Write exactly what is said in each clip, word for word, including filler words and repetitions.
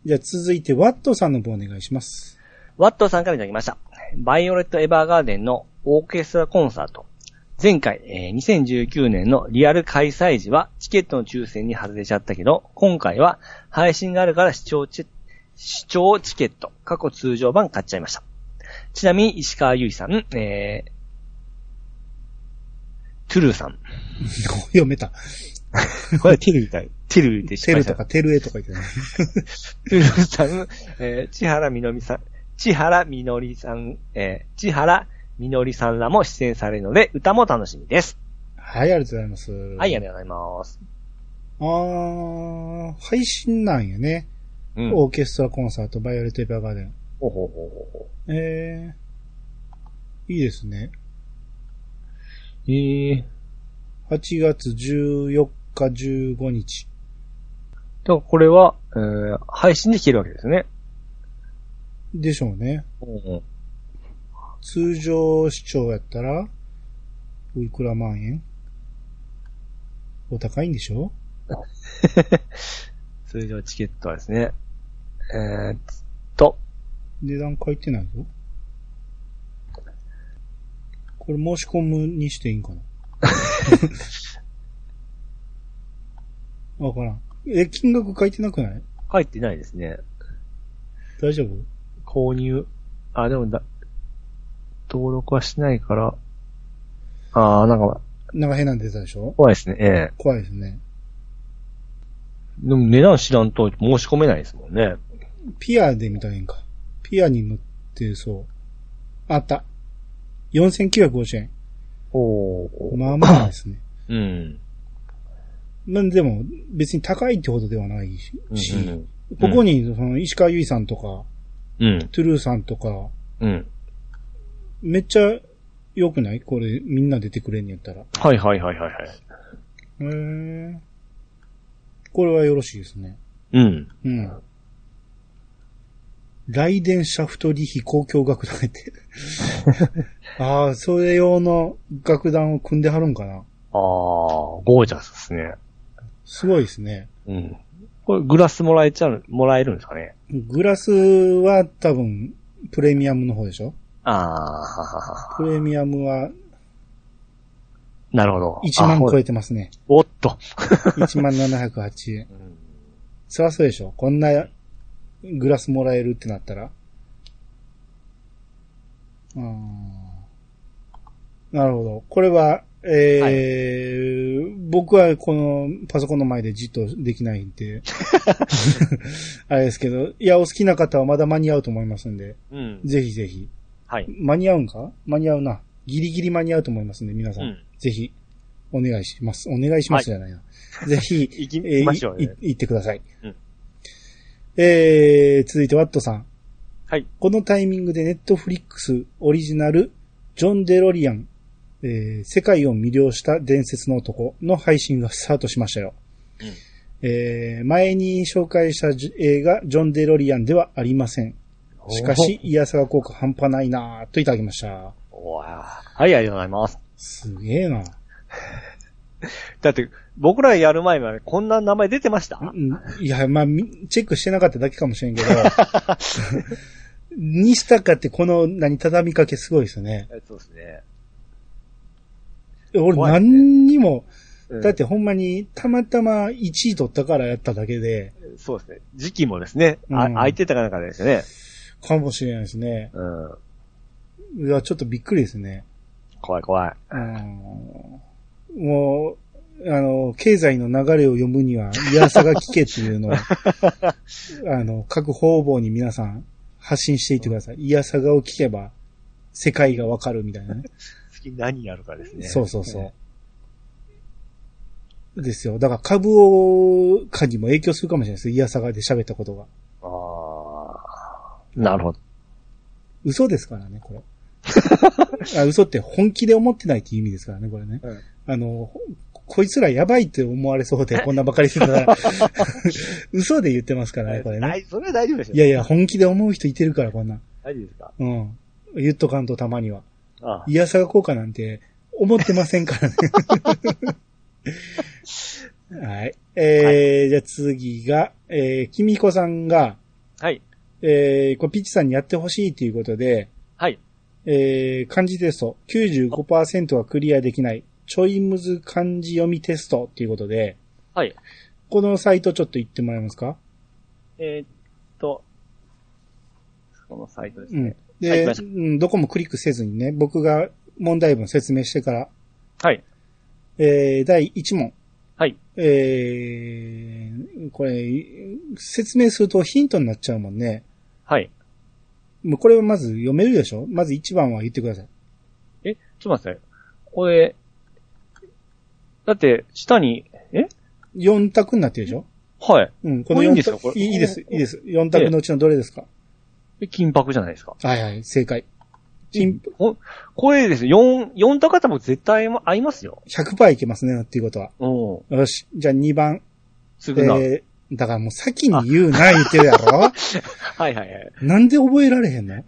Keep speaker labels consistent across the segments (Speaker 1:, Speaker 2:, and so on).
Speaker 1: じゃあ続いてワットさんの方お願いします。
Speaker 2: ワットさんからいただきました。バイオレット・エヴァーガーデンのオーケストラコンサート。前回、えー、にせんじゅうきゅうねんのリアル開催時はチケットの抽選に外れちゃったけど、今回は配信があるから視聴チ、視聴チケット、過去通常版買っちゃいました。ちなみに石川由依さん、えー、トゥルーさん。
Speaker 1: 読めた。
Speaker 2: これテルみたい。テルでし
Speaker 1: テルとかテルエとか言ってね。
Speaker 2: トゥルーさん、えー、千原みのりさん、千原みのりさん、えー、千原みのりさんらも出演されるので、歌も楽しみです。
Speaker 1: はい、ありがとうございます。
Speaker 2: はい、ありがとうございます。
Speaker 1: あー、配信なんやね。うん、オーケストラコンサート、バイオレット・エヴァーガーデン。
Speaker 2: ほうほうほうほ
Speaker 1: う。えー、いいですね。
Speaker 2: えー、
Speaker 1: はちがつじゅうよっか、じゅうごにち。
Speaker 2: だからこれは、えー、配信で聴けるわけですね。
Speaker 1: でしょうね。
Speaker 2: うんうん、
Speaker 1: 通常視聴やったら、おいくら万円？お高いんでしょ？
Speaker 2: 通常チケットはですね。えー、っと。
Speaker 1: 値段書いてないぞ。これ申し込むにしていいんかな？わからん。え、金額書いてなくない？
Speaker 2: 書いてないですね。
Speaker 1: 大丈夫？
Speaker 2: 購入。あ、でもだ、登録はしないから。ああ、なんか。
Speaker 1: なんか変なん出たでしょ？
Speaker 2: 怖いですね。ええ。
Speaker 1: 怖いですね。
Speaker 2: でも値段知らんと申し込めないですもんね。
Speaker 1: ピアで見たらいいんか。ピアに載ってそう。あった。よんせんきゅうひゃくごじゅうえん。
Speaker 2: おー。
Speaker 1: まあまあですね。
Speaker 2: うん。
Speaker 1: まあでも別に高いってほどではないし、
Speaker 2: うんうん、
Speaker 1: ここにその石川由依さんとか、
Speaker 2: うん、
Speaker 1: トゥルーさんとか、
Speaker 2: うん、
Speaker 1: めっちゃ良くない？これみんな出てくれんやったら。
Speaker 2: はいはいはいはいはい。
Speaker 1: へー。これはよろしいですね。
Speaker 2: うん。
Speaker 1: うん。ライデンシャフトリヒ交響楽団って。ああ、それ用の楽団を組んではるんかな。ああ、
Speaker 2: ゴージャスですね。
Speaker 1: すごいですね。
Speaker 2: うん。これグラスもらえちゃう、もらえるんですかね。
Speaker 1: グラスは多分、プレミアムの方でしょ？
Speaker 2: ああ、ははは。
Speaker 1: プレミアムは、
Speaker 2: なるほど。
Speaker 1: いちまん超えてますね。
Speaker 2: おっと。
Speaker 1: いちまんななひゃくはちえん。うん、そりゃそうでしょ。こんなグラスもらえるってなったら。あなるほど。これは、えーはい、僕はこのパソコンの前でじっとできないんで、あれですけど、いや、お好きな方はまだ間に合うと思いますんで、うん、ぜひぜひ。
Speaker 2: はい。
Speaker 1: 間に合うんか？間に合うな。ギリギリ間に合うと思いますんで、皆さん。うん、ぜひ、お願いします。お願いしますじゃないな。はい、ぜひ、
Speaker 2: 行きましょうね。
Speaker 1: えー、行ってください。
Speaker 2: うん、
Speaker 1: えー、続いてワットさん。
Speaker 2: はい。
Speaker 1: このタイミングでネットフリックスオリジナル、ジョン・デロリアン、えー、世界を魅了した伝説の男の配信がスタートしましたよ。うんえー、前に紹介した映画、ジョン・デロリアンではありません。しかし、イヤサガ効果半端ないなぁといただきました。
Speaker 2: おーはい、ありがとうございます。
Speaker 1: すげえな。
Speaker 2: だって、僕らやる前は、ね、こんな名前出てました？
Speaker 1: いや、まあ、チェックしてなかっただけかもしれんけど。にしたかってこの、何、畳みかけすごいですね。
Speaker 2: そうですね。
Speaker 1: 俺何にも、ね、だってほんまにたまたまいちい取ったからやっただけで。
Speaker 2: そうですね。時期もですね、うん、あ空いてたかなんかですね。
Speaker 1: かもしれないですね。うん。いや、ちょっとびっくりですね。
Speaker 2: 怖い怖い。
Speaker 1: うん、もう、あの、経済の流れを読むには、イヤサガ聞けっていうのを、あの、各方々に皆さん発信していってください。イヤサガを聞けば、世界がわかるみたいなね。
Speaker 2: 次何やるかですね。
Speaker 1: そうそうそう。ですよ。だから株を、かにも影響するかもしれないです。イヤサガで喋ったことが。
Speaker 2: ああ。なるほど。
Speaker 1: 嘘ですからね、これ。あ嘘って本気で思ってないっていう意味ですからね、これね。うん、あの、こいつらやばいって思われそうで、こんなばかりしてたら、嘘で言ってますからね、これね。
Speaker 2: それは大丈夫ですよ。
Speaker 1: いやいや、本気で思う人いてるから、こんな。
Speaker 2: 大丈夫ですか？
Speaker 1: うん。言っとかんとたまには。
Speaker 2: ああ、
Speaker 1: イヤサガ効果なんて思ってませんからね。はい。えー、はい、じゃあ次が、えー、きみこさんが、
Speaker 2: はい。
Speaker 1: えー、これピッチさんにやってほしいということで、
Speaker 2: はい。
Speaker 1: えー、漢字テスト きゅうじゅうごパーセント はクリアできない、ちょいむず漢字読みテストということで、
Speaker 2: はい。
Speaker 1: このサイトちょっと言ってもらえますか？
Speaker 2: えー、っと、このサイトです
Speaker 1: うん。
Speaker 2: ね。
Speaker 1: で、
Speaker 2: はい、
Speaker 1: うん、どこもクリックせずにね、僕が問題文説明してから、
Speaker 2: はい。
Speaker 1: えー、だいいち問。
Speaker 2: はい。
Speaker 1: えー、これ、説明するとヒントになっちゃうもんね。
Speaker 2: はい。
Speaker 1: もうこれはまず読めるでしょ？まずいちばんは言ってください。
Speaker 2: え、ちょっと待って。これ、だって、下に、え
Speaker 1: よん 択になってるでしょ？
Speaker 2: はい。
Speaker 1: うん、
Speaker 2: このよんですかこれ。
Speaker 1: いいです、いいです。よん択のうちのどれですか？
Speaker 2: え、金箔じゃないですか。
Speaker 1: はいはい、正解。
Speaker 2: 金、これですよ。よん、よん択多分絶対合いますよ。
Speaker 1: ひゃくパーセント いけますね、っていうことは。
Speaker 2: うん。
Speaker 1: よし、じゃあにばん。
Speaker 2: すぐな。
Speaker 1: えー、だからもう先に言うな、言ってるやろ
Speaker 2: はいはいはい。
Speaker 1: なんで覚えられへんのあ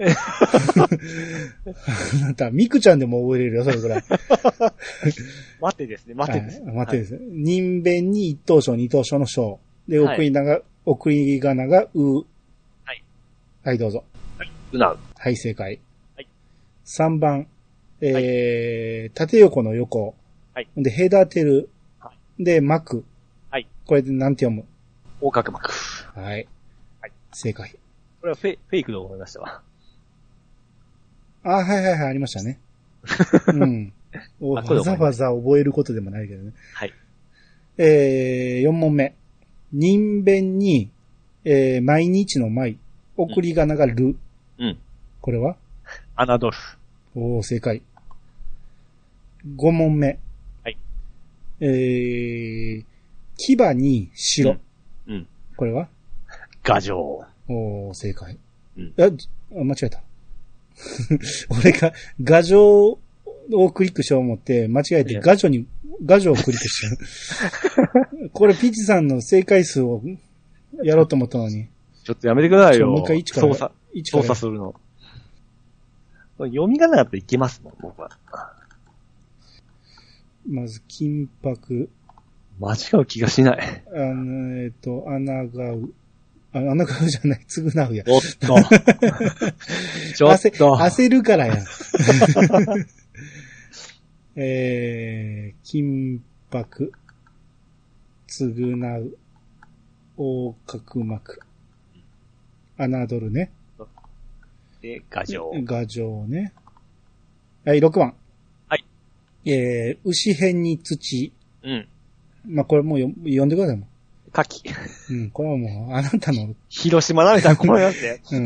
Speaker 1: なた、ミクちゃんでも覚えれるよ、それぐらい。
Speaker 2: 待てですね、待てです、
Speaker 1: はい、待てですね。人弁に一等賞、二等賞の賞。で、送り仮名が、送り仮名がう。
Speaker 2: はい。
Speaker 1: はい、どうぞ。
Speaker 2: はい。うなう。
Speaker 1: はい、正解。
Speaker 2: はい。
Speaker 1: さんばん。えー、はい、縦横の横。
Speaker 2: はい。
Speaker 1: で、隔てる。
Speaker 2: はい。
Speaker 1: で、巻く。
Speaker 2: はい。
Speaker 1: これでなんて読む？
Speaker 2: 横隔膜。
Speaker 1: はい。はい。正解。
Speaker 2: これはフェフェイクで思いましたわ。
Speaker 1: あ、はいはいはい、ありましたね。うん。わざわざ覚えることでもないけどね。
Speaker 2: はい。
Speaker 1: えー、よん問目。人弁に、えー、毎日の毎。送り仮名がる。
Speaker 2: うん。
Speaker 1: これは？
Speaker 2: アナドル。
Speaker 1: おー、正解。ご問目。
Speaker 2: はい。
Speaker 1: えー、牙に白。
Speaker 2: うん。うん、
Speaker 1: これは？
Speaker 2: 牙城。
Speaker 1: おー、正解。
Speaker 2: うん。
Speaker 1: あ、間違えた。俺が、牙城をクリックしよう思って、間違えてガジョに、ガジョをクリックしちゃう。これピチさんの正解数をやろうと思ったのに。
Speaker 2: ちょっとやめてくださいよ。
Speaker 1: もう一回いちから。
Speaker 2: 操作、操作するの。読み仮名やっぱいけますもん、僕は。
Speaker 1: まず、金箔。
Speaker 2: 間違う気がしない。
Speaker 1: あの、えっと、穴がう。あ、穴がうじゃない、つぐなうや。
Speaker 2: ちょっと。ちょっと。
Speaker 1: 焦るからや。えー、金箔。つぐなう。横隔膜。侮るね。
Speaker 2: で、牙城。
Speaker 1: 牙城ね。はい、ろくばん。
Speaker 2: はい。
Speaker 1: えー、牛辺に土。
Speaker 2: うん。
Speaker 1: まあ、これもうよ読んでくださいもん。
Speaker 2: 牡蠣。
Speaker 1: うん、これはもう、あなたの。
Speaker 2: 広島なめたら困りますね。
Speaker 1: うん。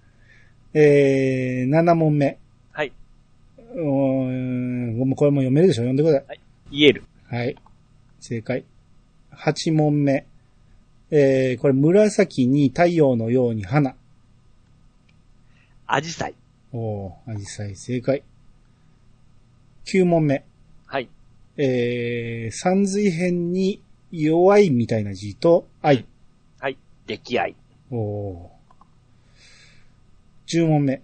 Speaker 1: えー、なな問目。
Speaker 2: はい。
Speaker 1: うーん、もうこれも読めるでしょ？読んでください。
Speaker 2: はい。言える。
Speaker 1: はい。正解。はち問目。えー、これ紫に太陽のように花。
Speaker 2: アジサイ。
Speaker 1: おー、アジサイ正解。きゅう問目。
Speaker 2: はい。
Speaker 1: えー、三髄辺に弱いみたいな字と愛。
Speaker 2: はい。溺愛。
Speaker 1: おー。じゅう問目。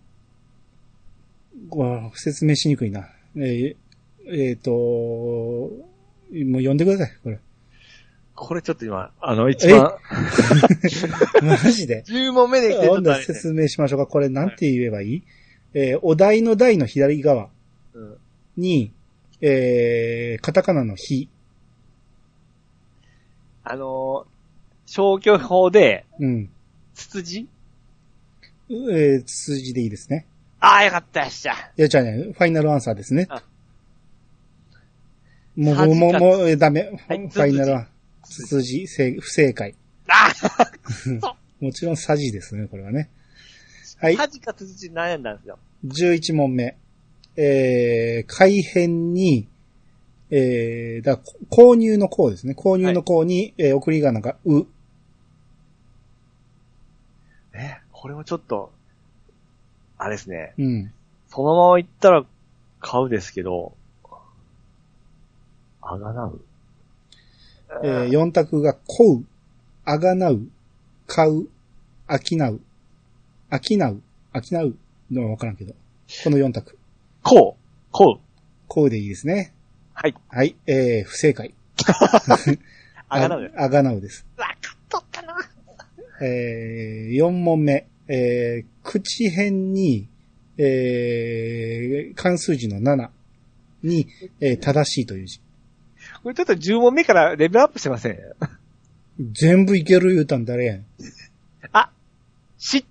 Speaker 1: こ説明しにくいな。えー、えーと、もう読んでください、これ。
Speaker 2: これちょっと今、あの、一番。
Speaker 1: マジで
Speaker 2: じゅう問目で来てちょっと、ね、
Speaker 1: 説明しましょうか。これなんて言えばいい？はい、えー、お題の題の左側に、うん、えー、カタカナのひ。
Speaker 2: あのー、消去法で、
Speaker 1: うん。
Speaker 2: ツツジ？
Speaker 1: えー、ツツジでいいですね。
Speaker 2: ああ、よかったっしゃ。
Speaker 1: いや、じゃあね、ファイナルアンサーですね。もう、もう、もう、もう、ダメ。はい、ファイナルアンサー。ツツジ、不正解。ああもちろんサジですね、これはね。はい。
Speaker 2: サジかツツジ悩んだんですよ。
Speaker 1: じゅういち問目。えー、改変に、えー、だ購入の項ですね。購入の項に、はい、えー、送り仮名がう。
Speaker 2: え、これもちょっと、あれですね。
Speaker 1: うん。
Speaker 2: そのまま行ったら買うですけど、あがなう。
Speaker 1: えー、よん択が、こう、あがなう、買う、あきなう、あきなう、あきなうのはわからんけど。このよん択。
Speaker 2: こう、こう。
Speaker 1: こうでいいですね。
Speaker 2: はい。
Speaker 1: はい、えー、不正解。
Speaker 2: あがなう。
Speaker 1: あがなうです。
Speaker 2: わかっとったな。
Speaker 1: えー、よん問目。えー、口辺に、えー、漢数字のななに、えー、正しいという字。
Speaker 2: これちょっとじゅう問目からレベルアップしてません？
Speaker 1: 全部いける言うたん誰やん。
Speaker 2: あ、知った。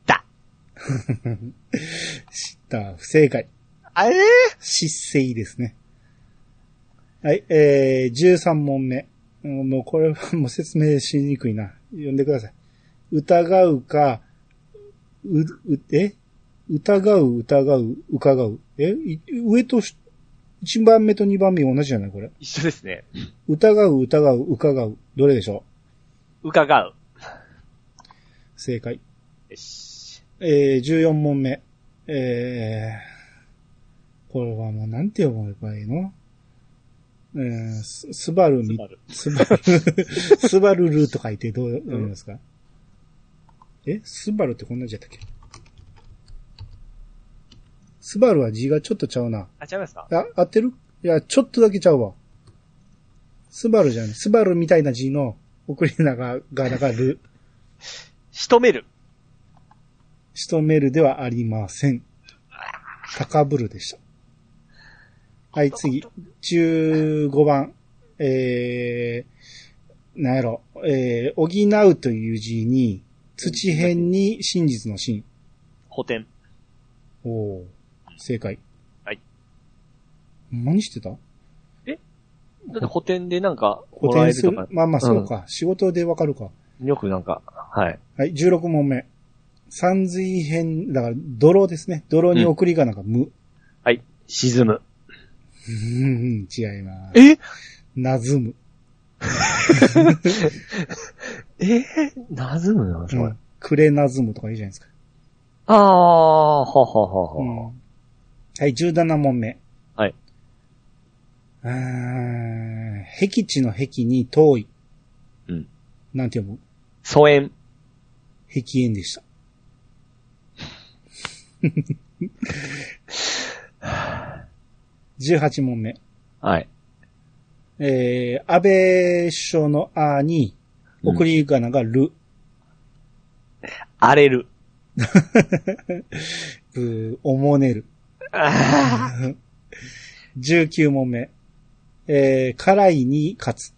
Speaker 1: 知った。不正解。
Speaker 2: あれ
Speaker 1: 失勢ですね。はい、えー、じゅうさん問目。もうこれはもう説明しにくいな。読んでください。疑うか、う、う、え疑う、疑う、伺う。え上といちばんめとにばんめ同じじゃないこれ。
Speaker 2: 一緒ですね。
Speaker 1: 疑う、疑う、伺う。どれでしょ
Speaker 2: う伺う。
Speaker 1: 正解。
Speaker 2: よし。
Speaker 1: えー、じゅうよん問目。えー、これはもうなんて読めばいいのえー、ス、スバルみ、スバル、スバルルと書いてどう読みますか、うん、えスバルってこんな字やったっけスバルは字がちょっとちゃうな。
Speaker 2: あ、ちゃいますか？
Speaker 1: あ、合ってる？いや、ちょっとだけちゃうわ。スバルじゃん。スバルみたいな字の送り名が、が、だからる。
Speaker 2: 仕留める。
Speaker 1: 仕留めるではありません。高ぶるでした。はい、次。じゅうごばん。えー、なんやろ。えー、補うという字に、土辺に真実の真。
Speaker 2: 補填。
Speaker 1: おー、正解。
Speaker 2: はい。
Speaker 1: 何してた？
Speaker 2: えだって補填でなんか、
Speaker 1: 補填する。まあまあそうか。うん、仕事でわかるか。
Speaker 2: よくなんか、はい。
Speaker 1: はい、じゅうろく問目。山水編、だから、泥ですね。泥に送り仮名が無。うん、
Speaker 2: はい。沈む。
Speaker 1: うん、違います。
Speaker 2: え
Speaker 1: なずむ。
Speaker 2: えー、なずむな、それ、うん。
Speaker 1: くれなずむとかいいじゃないですか。
Speaker 2: ああ、はははは、うん。
Speaker 1: はい、じゅうなな問目。
Speaker 2: はい。
Speaker 1: あー、僻地の僻に遠い。
Speaker 2: うん。
Speaker 1: なんて読む？
Speaker 2: 疎遠。
Speaker 1: 僻縁でした。じゅうはち問目。
Speaker 2: はい。
Speaker 1: えー、安倍首相のあに、送り仮名がる。うん、
Speaker 2: 荒れる。
Speaker 1: ぶおもねる。じゅうきゅう問目。えー、辛いに勝つ。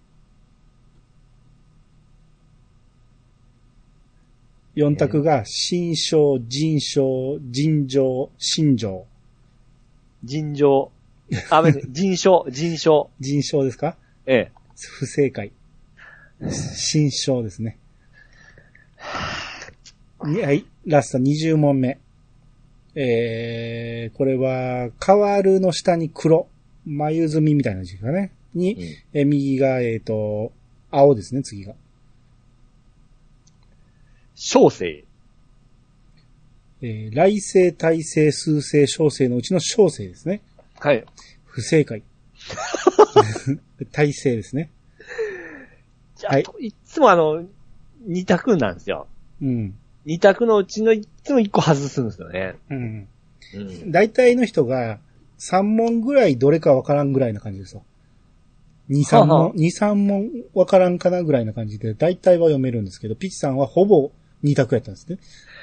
Speaker 1: よん択が、心象、人象、尋常、心情。
Speaker 2: 尋常。あ、め人象、人象。
Speaker 1: 人象ですか？
Speaker 2: ええ。
Speaker 1: 不正解。心象ですね。はい、ラストにじゅう問目。えー、これは、変わるの下に黒。眉墨みたいな字がね。に、うん、え右が、えっと、青ですね、次が。
Speaker 2: 小生。
Speaker 1: えー、来世、大世、数世、小生のうちの小生ですね。
Speaker 2: はい。
Speaker 1: 不正解。大世ですね。
Speaker 2: じゃあ、はい、いつもあの、二択なんですよ。
Speaker 1: うん。
Speaker 2: 二択のうちのいつも一個外すんですよね。
Speaker 1: うん。うん、大体の人が三問ぐらいどれかわからんぐらいな感じですよ。二、三問、二、三問わからんかなぐらいな感じで、大体は読めるんですけど、ピチさんはほぼ二択やったんですね。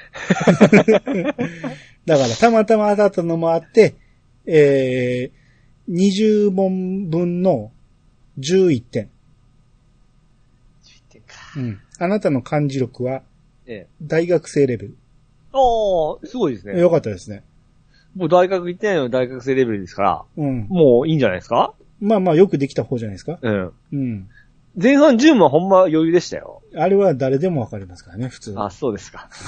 Speaker 1: だから、たまたま当たったのもあって、えー、にじゅう問分のじゅういってん。
Speaker 2: じゅういってんか。
Speaker 1: うん。あなたの漢字力は、大学生レベル。
Speaker 2: ああ、すごいですね。
Speaker 1: よかったですね。
Speaker 2: もう大学行ってないの大学生レベルですから、
Speaker 1: うん。
Speaker 2: もういいんじゃないですか？
Speaker 1: まあまあよくできた方じゃないですか。
Speaker 2: うん。
Speaker 1: うん。
Speaker 2: 前半じゅう問はほんま余裕でしたよ。
Speaker 1: あれは誰でもわかりますからね、普通。
Speaker 2: あ、そうですか。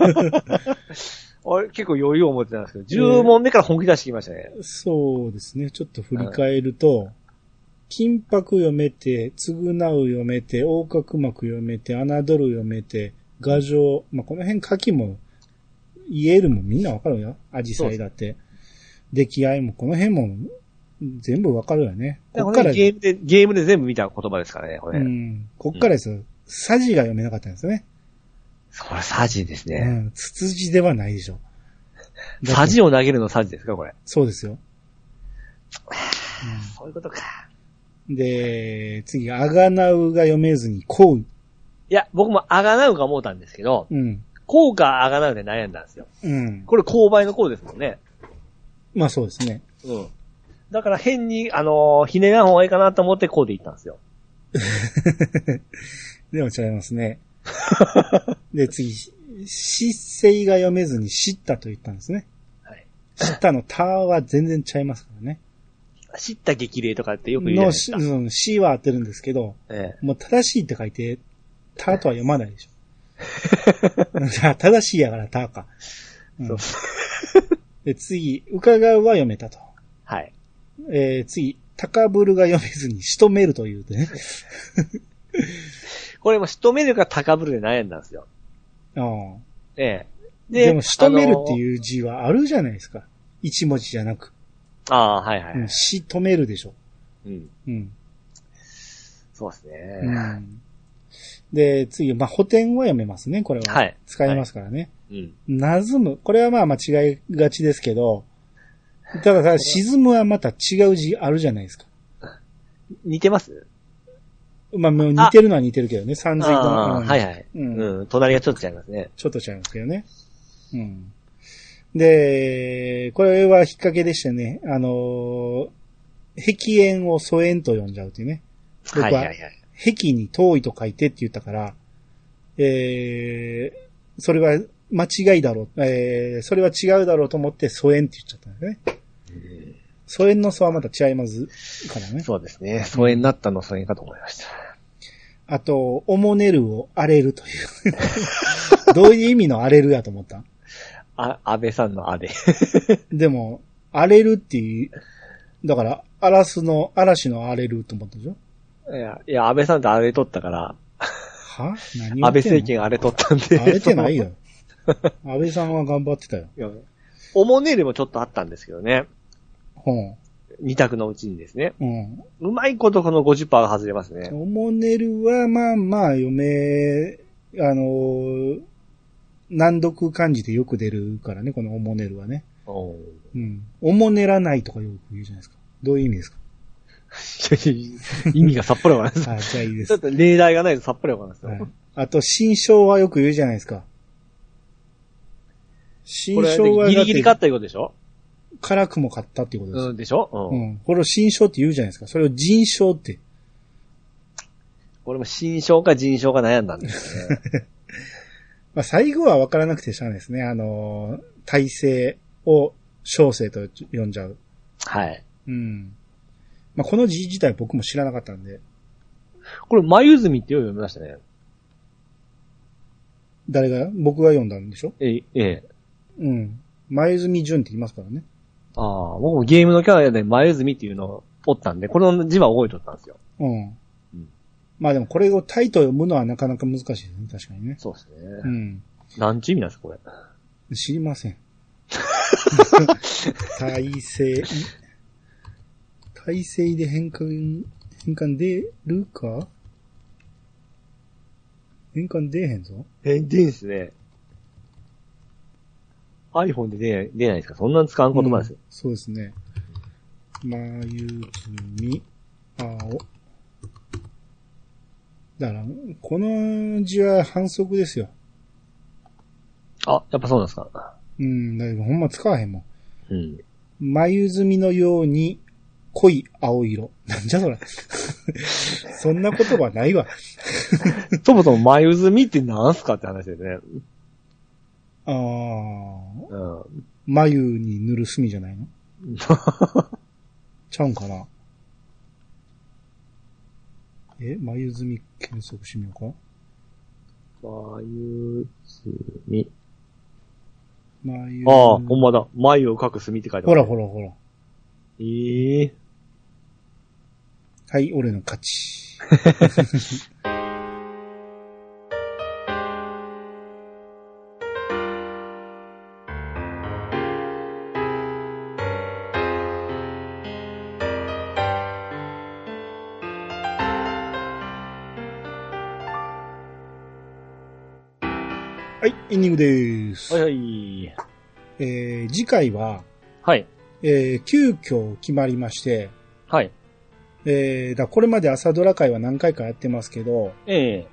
Speaker 2: あれ結構余裕を持ってたんですけど、じゅう問目から本気出してきましたね。
Speaker 1: えー、そうですね。ちょっと振り返ると、うん、金箔読めて、償う読めて、横隔膜読めて、侮る読めて、画像、まあ、この辺書きも、言えるもみんなわかるよ。アジサイだって。出来合いもこの辺も全部わかるよね。
Speaker 2: こっからゲームで、ゲームで全部見た言葉ですからね、これ。
Speaker 1: うん。こっからですよ。うん、サジが読めなかったんですよね。
Speaker 2: これサジですね。
Speaker 1: うん。ツツジではないでしょ。
Speaker 2: サジを投げるのサジですか、これ。
Speaker 1: そうですよ。
Speaker 2: うん、そういうことか。
Speaker 1: で、次が、あがなうが読めずに、こう。
Speaker 2: いや、僕もあがなうか思ったんですけど、
Speaker 1: うん。
Speaker 2: こうかあがなうで悩んだんですよ。
Speaker 1: うん。
Speaker 2: これ勾配のこうですもんね。
Speaker 1: まあそうですね。
Speaker 2: うん。だから変に、あのー、ひねらん方がいいかなと思ってこうで言ったんですよ。
Speaker 1: でも違いますね。で、次、失勢が読めずに知ったと言ったんですね。はい。知ったのたは全然ちゃいますからね。
Speaker 2: 知った激励とかってよく言うじゃないですか。
Speaker 1: の、うん、しは合ってるんですけど、ええ、もう正しいって書いて、たとは読まないでしょ。じゃあ正しいやからたか。うん、そうで、次、伺うは読めたと。はい。えー、次、高ぶるが読めずに仕留めるというね。こ
Speaker 2: れも仕留めるか高ぶるで悩んだんですよ。
Speaker 1: ああ。
Speaker 2: ええ。
Speaker 1: で、でも仕留めるっていう字はあるじゃないですか。一文字じゃなく。
Speaker 2: ああ、はいはい、はい。
Speaker 1: うん、仕留めるでしょ。
Speaker 2: うん。うん。そうですね。
Speaker 1: うん。で、次、まあ、補填は読めますね、これは。はい。使えますからね。はい、うん。なずむ。これはまあ間違いがちですけど、ただ、ただ沈むはまた違う字あるじゃないですか。
Speaker 2: 似てます？
Speaker 1: まあ、似てるのは似てるけどね、三髄の。
Speaker 2: うん、はいはい。うん、うん。隣がちょっと違いますね。
Speaker 1: ちょっと違いますけどね。うん。で、これは引っ掛けでしたね。あの、壁縁を疎遠と呼んじゃうというね。僕は、はいはいはい。壁に遠いと書いてって言ったから、えー、それは間違いだろう、えー、それは違うだろうと思って疎遠って言っちゃったんですね。疎遠の疎はまた違いますからね。
Speaker 2: そうですね。疎遠になったの疎遠かと思いました。
Speaker 1: あと、おもねるを荒れるという。どういう意味の荒れるやと思った？
Speaker 2: あ、安倍さんのあで。
Speaker 1: でも、荒れるっていう、だから、嵐の、嵐の荒れると思ったでしょ？
Speaker 2: いや、いや、安倍さんって荒れとったから。
Speaker 1: は？何
Speaker 2: 安倍政権荒れとったんで。
Speaker 1: 荒れてないよ。安倍さんは頑張ってたよ。いや、
Speaker 2: おもねるもちょっとあったんですけどね。
Speaker 1: ほう。
Speaker 2: 二択のうちにですね。うん。うまいことこの ごじゅっパーセント が外れますね。
Speaker 1: おもねるは、まあまあ、読め、あのー、難読漢字でよく出るからね、このおもねるはね。おうん。おもねらないとかよく言うじゃないですか。どういう意味ですか？
Speaker 2: 意味がさっぱりわかんないです。
Speaker 1: あ、じゃあいいです。
Speaker 2: ちょっと例題がないとさっぱりわかんないですよ。はい、
Speaker 1: あと、新章はよく言うじゃないですか。
Speaker 2: 新章はギリギリ勝ったいうことでしょ？
Speaker 1: 辛くも勝ったっていうことです。
Speaker 2: うん、でしょ？うん。
Speaker 1: うん。これを新章って言うじゃないですか。それを人章って。
Speaker 2: これも新章か人章か悩んだんですね。
Speaker 1: まあ最後は分からなくてしゃあないですね。あの、体制を小生と呼んじゃう。はい。うん。まあこの字自体僕も知らなかったんで。
Speaker 2: これ、眉墨ってよう読みましたね。
Speaker 1: 誰が？僕が読んだんでしょ？
Speaker 2: ええ、ええ。
Speaker 1: うん。眉墨順って言いますからね。
Speaker 2: ああ、僕もゲームのキャラで眉墨っていうのをおったんで、この字は覚えとったんですよ。うん。うん、
Speaker 1: まあでもこれをタイと読むのはなかなか難しいですね、確かにね。
Speaker 2: そうですね。うん。何ち意味なんですか、これ。
Speaker 1: 知りません。体制、体制で変換、変換出るか？変換出えへんぞ。
Speaker 2: え、出んすね。iPhone で出ない、出ないですか？そんなに使う言葉ですよ、うん。
Speaker 1: そうですね。眉墨、青。だから、この字は反則ですよ。
Speaker 2: あ、やっぱそうなんですか？
Speaker 1: うん、だけどほんま使わへんもん。うん。眉墨のように濃い青色。なんじゃそれ。そんな言葉ないわ。
Speaker 2: そもそも眉墨って何すかって話ですね。
Speaker 1: ああ、うん。眉に塗る墨じゃないの？ちゃうんかな？え、眉墨検索してみようか？
Speaker 2: 眉墨。
Speaker 1: 眉。
Speaker 2: ああ、ほんまだ。眉を描く墨って書いてある。
Speaker 1: ほらほらほら。
Speaker 2: ええー。
Speaker 1: はい、俺の勝ち。はい、エンディングです。
Speaker 2: はいはい。
Speaker 1: えー、次回は、
Speaker 2: はい。
Speaker 1: えー、急遽決まりまして、
Speaker 2: はい。
Speaker 1: えー、だこれまで朝ドラ会は何回かやってますけど、
Speaker 2: え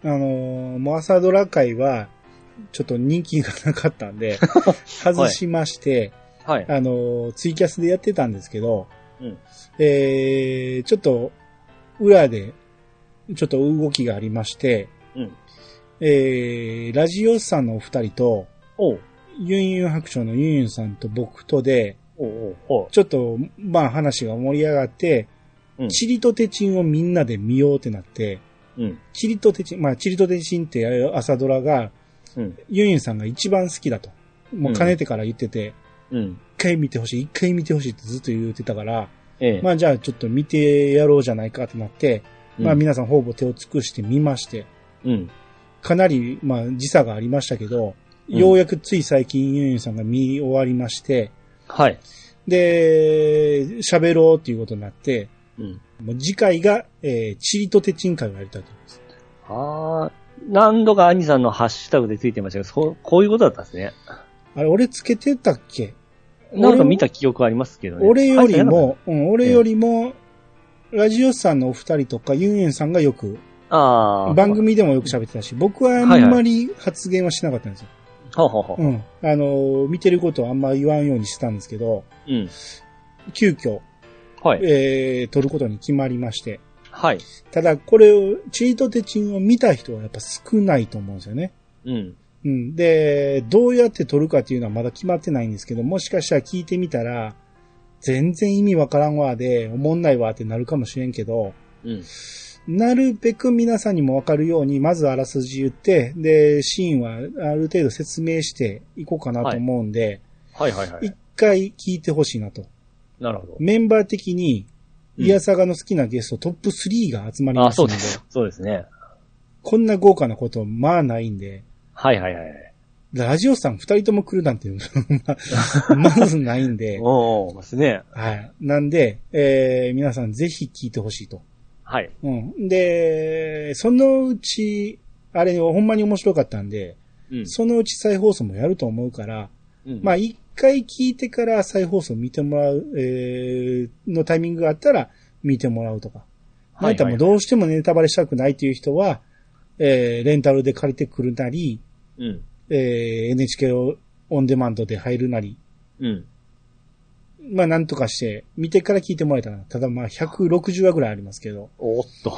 Speaker 1: あのー、もう朝ドラ界は、ちょっと人気がなかったんで、外しまして、はい。あのー、ツイキャスでやってたんですけど、うん、えー、ちょっと、裏で、ちょっと動きがありまして、うん、えー、ラジオさんのお二人と、おユンユン白書のユンユンさんと僕とで、おうおうちょっと、まあ話が盛り上がって、うん、チリとテチンをみんなで見ようってなって、うん、チリとテチン、まあチリとテチンって朝ドラが、うん、ユンユンさんが一番好きだと。もうかねてから言ってて、うん、一回見てほしい、一回見てほしいってずっと言ってたから、ええ、まあじゃあちょっと見てやろうじゃないかってなって、うん、まあ皆さんほぼ手を尽くして見まして、うん、かなりまあ時差がありましたけど、うん、ようやくつい最近ユンユンさんが見終わりまして、はい。で、喋ろうっていうことになって、うん、もう次回が、えー、チリとテチン会をやりたいと思います。
Speaker 2: ああ、何度か兄さんのハッシュタグでついてましたけど、そう、こういうことだったんですね。
Speaker 1: あれ、俺つけてたっけ？
Speaker 2: なんか見た記憶ありますけどね。
Speaker 1: 俺よりも、うん、俺よりも、ラジオさんのお二人とかユンユンさんがよく、あ番組でもよく喋ってたし、僕はあんまり発言はしなかったんですよ。はははうん。あのー、見てることをあんま言わんようにしてたんですけど、うん。急遽、はい。えー、撮ることに決まりまして。はい。ただ、これを、チートテチンを見た人はやっぱ少ないと思うんですよね。うん。うん。で、どうやって撮るかっていうのはまだ決まってないんですけど、もしかしたら聞いてみたら、全然意味わからんわで、おもんないわってなるかもしれんけど、うん。なるべく皆さんにもわかるように、まずあらすじ言って、で、シーンはある程度説明していこうかなと思うんで、はい、はいはいはい。一回聞いてほしいなと。なるほど。メンバー的に、イヤサガの好きなゲスト、うん、トップスリーが集まりますので。あ、そうです。
Speaker 2: そうですね。
Speaker 1: こんな豪華なこと、まあないんで。
Speaker 2: はいはいはい。
Speaker 1: ラジオさん二人とも来るなんて、まずないんで。
Speaker 2: おー、ですね。
Speaker 1: はい。なんで、えー、皆さんぜひ聞いてほしいと。はい。うん。で、そのうち、あれ、ほんまに面白かったんで、うん、そのうち再放送もやると思うから、うん、まあ一回聞いてから再放送見てもらう、えー、のタイミングがあったら見てもらうとか。はい。またもうどうしてもネタバレしたくないっていう人は、えー、レンタルで借りてくるなり、うん。えー、エヌエイチケー をオンデマンドで入るなり、うん。まあなんとかして見てから聞いてもらえたらな。ただまあひゃくろくじゅうわぐらいありますけど。
Speaker 2: おっと、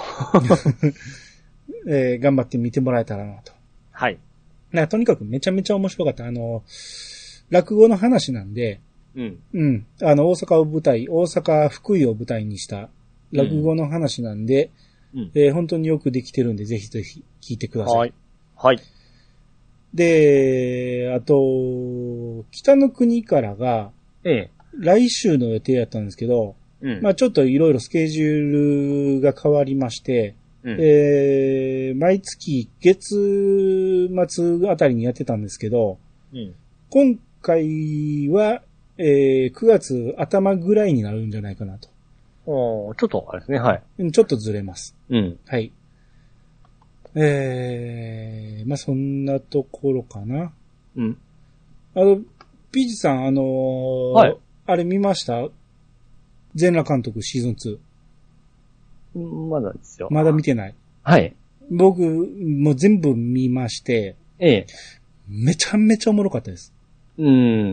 Speaker 1: えー。頑張って見てもらえたらなと。はい。なんかとにかくめちゃめちゃ面白かった。あの、落語の話なんで、うん。うん。あの、大阪を舞台、大阪、福井を舞台にした落語の話なんで、うん。えー、本当によくできてるんで、ぜひぜひ聞いてください。はい。はい。で、あと、北の国からが、ええ。来週の予定やったんですけど、うん、まあちょっといろいろスケジュールが変わりまして、うん、えー、毎月月末あたりにやってたんですけど、うん、今回は、えー、くがつ頭ぐらいになるんじゃないかなと。
Speaker 2: おちょっとあれですね、はい。
Speaker 1: ちょっとずれます。うん。はい。えー、まあそんなところかな。うん。あの、ピーチさん、あのー、はい。あれ見ました？全裸監督シーズンツ
Speaker 2: ー。まだですよ。
Speaker 1: まだ見てない。はい。僕、もう全部見まして、ええ。めちゃめちゃおもろかったです。
Speaker 2: うん。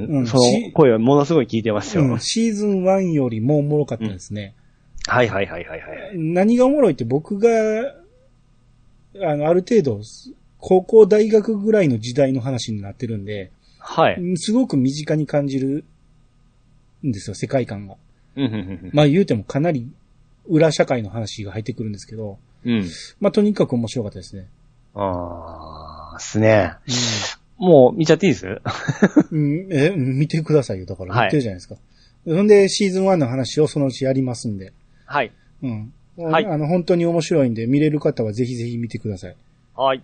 Speaker 2: うん、その声はものすごい聞いてますよ。
Speaker 1: うん、シーズンワンよりもおもろかったですね。
Speaker 2: うん、はいはいはいはいはい。
Speaker 1: 何がおもろいって僕が、あの、ある程度、高校大学ぐらいの時代の話になってるんで、はい。すごく身近に感じるんですよ、世界観が。まあ言うてもかなり裏社会の話が入ってくるんですけど、うん。まあとにかく面白かったですね。
Speaker 2: ああ、すね。うん、もう見ちゃっていいです
Speaker 1: うん、え、見てくださいよ。だから言ってるじゃないですか。はい、そんでシーズンワンの話をそのうちやりますんで。はい。うん。はい。あの本当に面白いんで見れる方はぜひぜひ見てください。はい。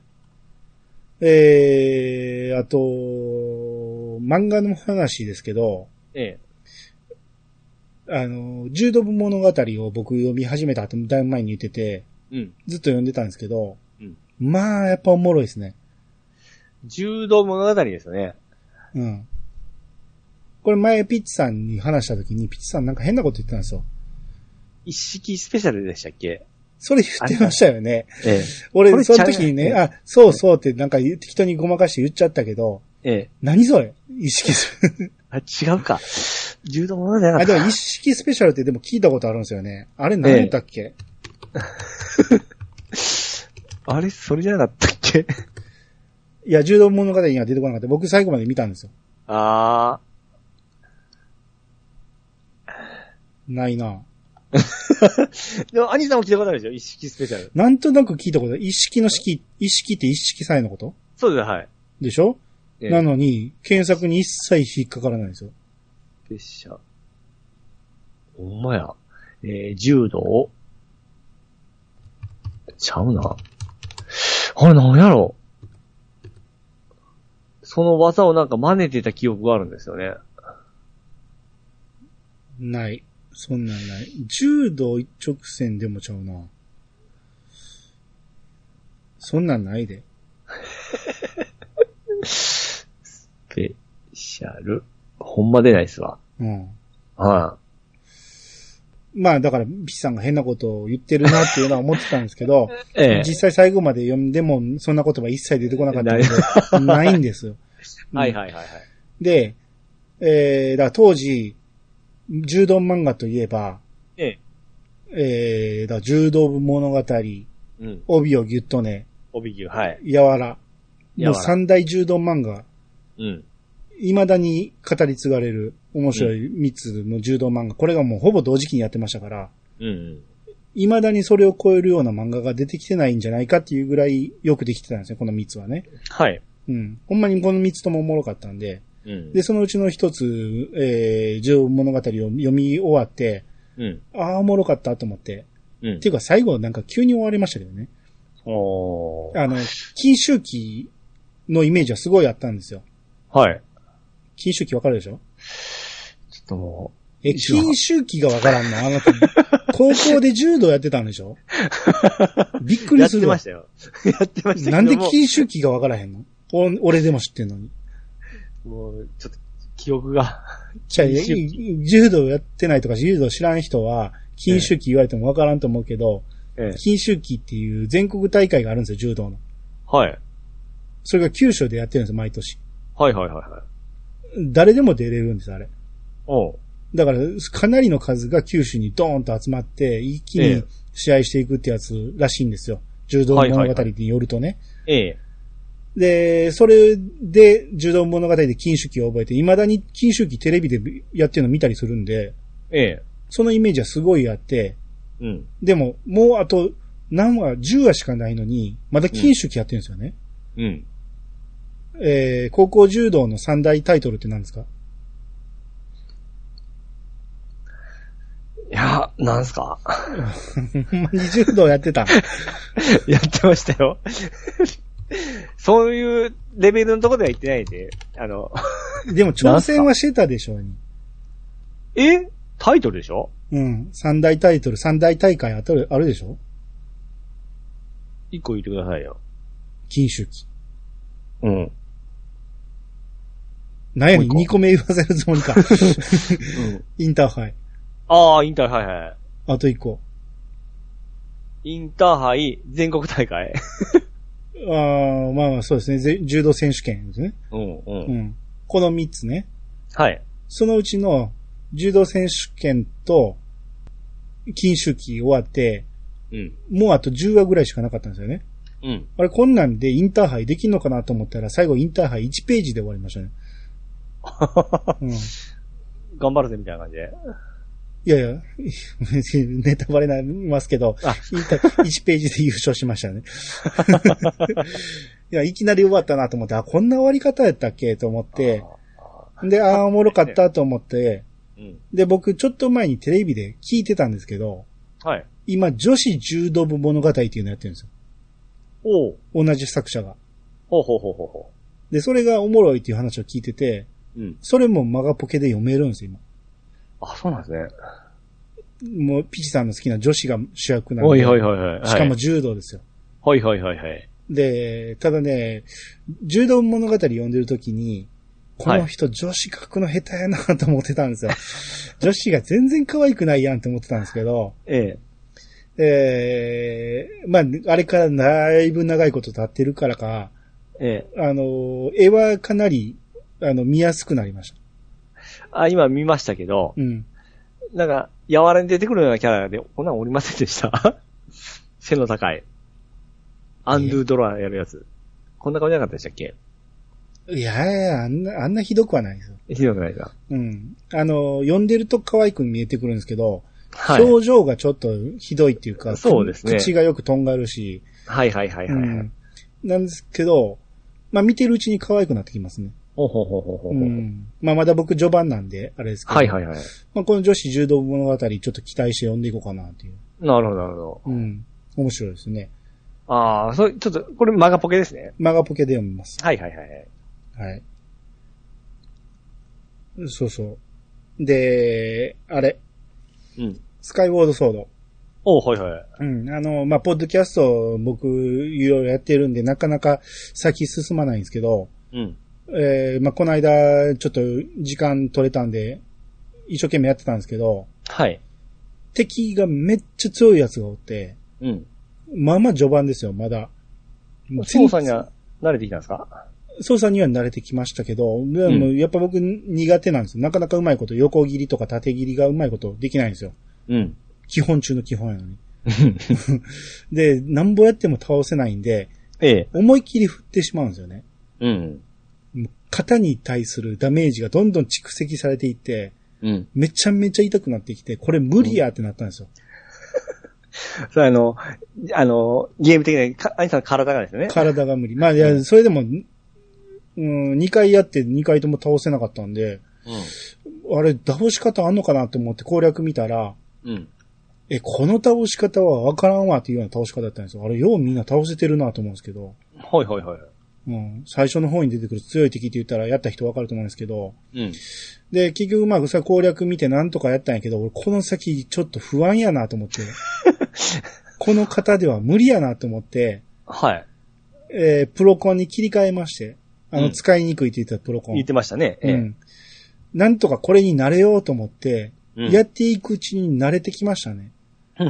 Speaker 1: えー、あと、漫画の話ですけど、ええ。あの、柔道部物語を僕読み始めたってだいぶ前に言ってて、うん、ずっと読んでたんですけど、うん、まあ、やっぱおもろいですね。
Speaker 2: 柔道物語ですよね。
Speaker 1: うん。これ前ピッチさんに話した時に、ピッチさんなんか変なこと言ってたんですよ。
Speaker 2: 一式スペシャルでしたっけ？
Speaker 1: それ言ってましたよね。
Speaker 2: ええ。
Speaker 1: 俺、その時にね、
Speaker 2: ええ、
Speaker 1: あ、そうそうってなんか適当にごまかして言っちゃったけど、
Speaker 2: ええ。
Speaker 1: 何それ意識する。
Speaker 2: あ、違うか。柔道ものじゃなかった。
Speaker 1: あ、でも意識スペシャルってでも聞いたことあるんですよね。あれ何やったっけ、
Speaker 2: ええ、あれそれじゃなかったっけ
Speaker 1: いや、柔道物語には出てこなかった。僕最後まで見たんですよ。
Speaker 2: あ
Speaker 1: ー。ないな。
Speaker 2: でも、兄さんも聞いたことあるでしょ意識スペシャル。
Speaker 1: なんとなく聞いたことある。意識の式、意識って意識さえのこと
Speaker 2: そうです、はい。
Speaker 1: でしょ、ええ、なのに、検索に一切引っかからないんですよ。
Speaker 2: スペシャル。ほんまや。えー、柔道ちゃうな。あれ、なんやろその技をなんか真似てた記憶があるんですよね。
Speaker 1: ない。そんなんない。柔道一直線でもちゃうな。そんなんないで。
Speaker 2: スペシャル。ほんま出ないっすわ。
Speaker 1: うん。
Speaker 2: はい。
Speaker 1: まあだから、ピチさんが変なことを言ってるなっていうのは思ってたんですけど、
Speaker 2: ええ、
Speaker 1: 実際最後まで読んでもそんな言葉一切出てこなかったので、ないんですよ。
Speaker 2: はいはいはいはい。
Speaker 1: で、えー、だから当時、柔道漫画といえば、
Speaker 2: ええ、
Speaker 1: えー、だ柔道部物語、うん、帯をギュッとね、
Speaker 2: 帯牛、はい。
Speaker 1: やわら。もう三大柔道漫画。うん。未だに語り継がれる面白い三つの柔道漫画。これがもうほぼ同時期にやってましたから。うん、うん。未だにそれを超えるような漫画が出てきてないんじゃないかっていうぐらいよくできてたんですね、この三つはね。
Speaker 2: はい。
Speaker 1: うん。ほんまにこの三つともおもろかったんで。うん。で、そのうちの一つ、えー、柔道物語を読み終わって、うん。ああ、おもろかったと思って。うん。っていうか最後なんか急に終わりましたけどね。おー。あの、金周期のイメージはすごいあったんですよ。
Speaker 2: はい。
Speaker 1: 金周期わかるでしょ？
Speaker 2: ちょっとも
Speaker 1: う。え、金周期がわからんの？あなた。高校で柔道やってたんでしょ？びっくりするわ。
Speaker 2: やってましたよ。やってましたけど。
Speaker 1: なんで金周期がわからへんの？俺でも知ってんのに。
Speaker 2: もう、ちょっと、記憶が。
Speaker 1: じゃあ、柔道やってないとか柔道知らん人は、金周期言われてもわからんと思うけど、ええ、金周期っていう全国大会があるんですよ、柔道の。
Speaker 2: はい。
Speaker 1: それが九州でやってるんですよ、毎年。
Speaker 2: はいはいはいはい。
Speaker 1: 誰でも出れるんです、あれ。
Speaker 2: おう。
Speaker 1: だから、かなりの数が九州にドーンと集まって、一気に試合していくってやつらしいんですよ。柔道物語によるとね。
Speaker 2: ええ。
Speaker 1: で、それで柔道物語で金周期を覚えて、未だに金周期テレビでやってるの見たりするんで、
Speaker 2: ええ。
Speaker 1: そのイメージはすごいあって、
Speaker 2: うん。
Speaker 1: でも、もうあと、何話、じゅうわしかないのに、まだ金周期やってるんですよね。うん。うんえー、高校柔道の三大タイトルって何ですか？
Speaker 2: いや、なんすか
Speaker 1: ほんまに柔道やってた
Speaker 2: やってましたよ。そういうレベルのところでは言ってないんで、あの。
Speaker 1: でも挑戦はしてたでしょうに。
Speaker 2: えタイトルでしょ？
Speaker 1: うん。三大タイトル、三大大会ある、あるでしょ？
Speaker 2: 一個言ってくださいよ。
Speaker 1: 金周期。
Speaker 2: うん。
Speaker 1: 何やねん、二個目言わせるつもりか。うん、インターハイ。
Speaker 2: ああ、インターハイ、はい。
Speaker 1: あと一個。
Speaker 2: インターハイ、全国大会。
Speaker 1: ああ、まあまあそうですね。柔道選手権ですね。
Speaker 2: うん、うん。
Speaker 1: うん。この三つね。
Speaker 2: はい。
Speaker 1: そのうちの柔道選手権と金周期終わって、うん。もうあとじゅうわぐらいしかなかったんですよね。うん。あれ、こんなんでインターハイできんのかなと思ったら、最後インターハイいちページで終わりましたね。
Speaker 2: うん、頑張るぜみたいな感じで。
Speaker 1: いやいや、ネタバレになりますけど、いちページで優勝しましたね。いや、いきなり終わったなと思って、あ、こんな終わり方やったっけと思って、で、ああ、おもろかったと思って、うん、で、僕ちょっと前にテレビで聞いてたんですけど、はい、今、女子柔道部物語っていうのやってるんですよ。お同じ作者が。
Speaker 2: ほうほうほうほうほ
Speaker 1: う。で、それがおもろいっていう話を聞いてて、うん、それもマガポケで読めるんですよ、今。
Speaker 2: あ、そうなんですね。
Speaker 1: もう、ピチさんの好きな女子が主役なんで。
Speaker 2: はいはいはいはい。
Speaker 1: しかも柔道ですよ。
Speaker 2: はいはいはいはい。
Speaker 1: で、ただね、柔道物語読んでるときに、この人女子書くの下手やなと思ってたんですよ。女子が全然可愛くないやんって思ってたんですけど、ええ。 ええー、まあ、あれからだいぶ長いこと経ってるからか、
Speaker 2: ええ。
Speaker 1: あの、絵はかなり、あの、見やすくなりました。
Speaker 2: あ、今見ましたけど、
Speaker 1: うん。
Speaker 2: なんか、柔らに出てくるようなキャラで、こんなんおりませんでした背の高い。アンドゥドラやるやつ。こんな顔じゃなかったでしたっけ？
Speaker 1: いやいや、あんな、あんなひどくはないですよ。
Speaker 2: ひどくないか。
Speaker 1: うん。あの、読んでると可愛く見えてくるんですけど、
Speaker 2: はい。
Speaker 1: 表情がちょっとひどいっていうか、
Speaker 2: そうですね。
Speaker 1: 口がよくとんがるし。
Speaker 2: はいはいはいはい、はい、うん。
Speaker 1: なんですけど、まあ見てるうちに可愛くなってきますね。
Speaker 2: ほうほうほうほうほう。うん。
Speaker 1: まあまだ僕序盤なんで、あれですけど。
Speaker 2: はいはいはい。
Speaker 1: まあこの女子柔道物語ちょっと期待して読んでいこうかなっていう。
Speaker 2: なるほどなるほど。
Speaker 1: うん。面白いですね。
Speaker 2: ああ、それ、ちょっと、これマガポケですね。
Speaker 1: マガポケで読みます。
Speaker 2: はいはいはい。
Speaker 1: はい。そうそう。で、あれ。
Speaker 2: うん。
Speaker 1: スカイウォードソード。
Speaker 2: おはいはい。
Speaker 1: うん。あの、まあ、ポッドキャスト僕いろいろやってるんで、なかなか先進まないんですけど、
Speaker 2: うん。
Speaker 1: えー、まあ、この間、ちょっと時間取れたんで、一生懸命やってたんですけど、
Speaker 2: はい。
Speaker 1: 敵がめっちゃ強いやつがおって、
Speaker 2: うん。
Speaker 1: まあまあ序盤ですよ、まだ。
Speaker 2: 操作には慣れてきたんですか？
Speaker 1: 操作には慣れてきましたけど、でもやっぱ僕苦手なんですよ。なかなかうまいこと、横切りとか縦切りがうまいことできないんですよ。
Speaker 2: うん。
Speaker 1: 基本中の基本やのに。で、なんぼやっても倒せないんで、
Speaker 2: ええ、
Speaker 1: 思いっきり振ってしまうんですよね。
Speaker 2: うん。
Speaker 1: 肩に対するダメージがどんどん蓄積されていって、うん、めちゃめちゃ痛くなってきて、これ無理やってなったんですよ。
Speaker 2: うん、それあの、あの、ゲーム的な、か、アニさん体がですよね。
Speaker 1: 体が無理。まあ、いや、それでも、うん、にかいやってにかいとも倒せなかったんで、うん、あれ、倒し方あんのかなと思って攻略見たら、うん、え、この倒し方はわからんわっていうような倒し方だったんですよ。あれ、ようみんな倒せてるなと思うんですけど。
Speaker 2: はいはいはい。
Speaker 1: うん、最初の方に出てくる強い敵って言ったらやった人わかると思うんですけど、
Speaker 2: うん、
Speaker 1: で、結局まあ、さ攻略見てなんとかやったんやけど、俺この先ちょっと不安やなと思って、この型では無理やなと思って、
Speaker 2: はい。
Speaker 1: えー、プロコンに切り替えまして、あの、うん、使いにくいって言ったプロコン。
Speaker 2: 言ってましたね。
Speaker 1: ええ、うん。なんとかこれに慣れようと思って、うん、やっていくうちに慣れてきましたね。うん。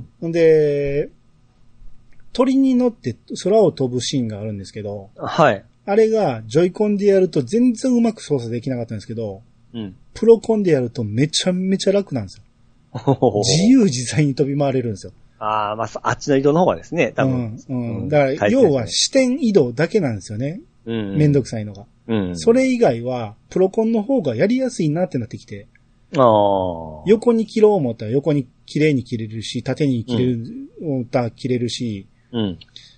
Speaker 1: んで、鳥に乗って空を飛ぶシーンがあるんですけど、
Speaker 2: はい。
Speaker 1: あれがジョイコンでやると全然うまく操作できなかったんですけど、うん、プロコンでやるとめちゃめちゃ楽なんですよ。自由自在に飛び回れるんですよ。
Speaker 2: ああ、まあ、あっちの移動の方がですね、多分。
Speaker 1: うん。うん。だから、要は視点移動だけなんですよね。うん。めんどくさいのが。うん。それ以外は、プロコンの方がやりやすいなってなってきて。ああ。横に切ろう思ったら横に綺麗に切れるし、縦に切れる、思ったら切れるし。うん。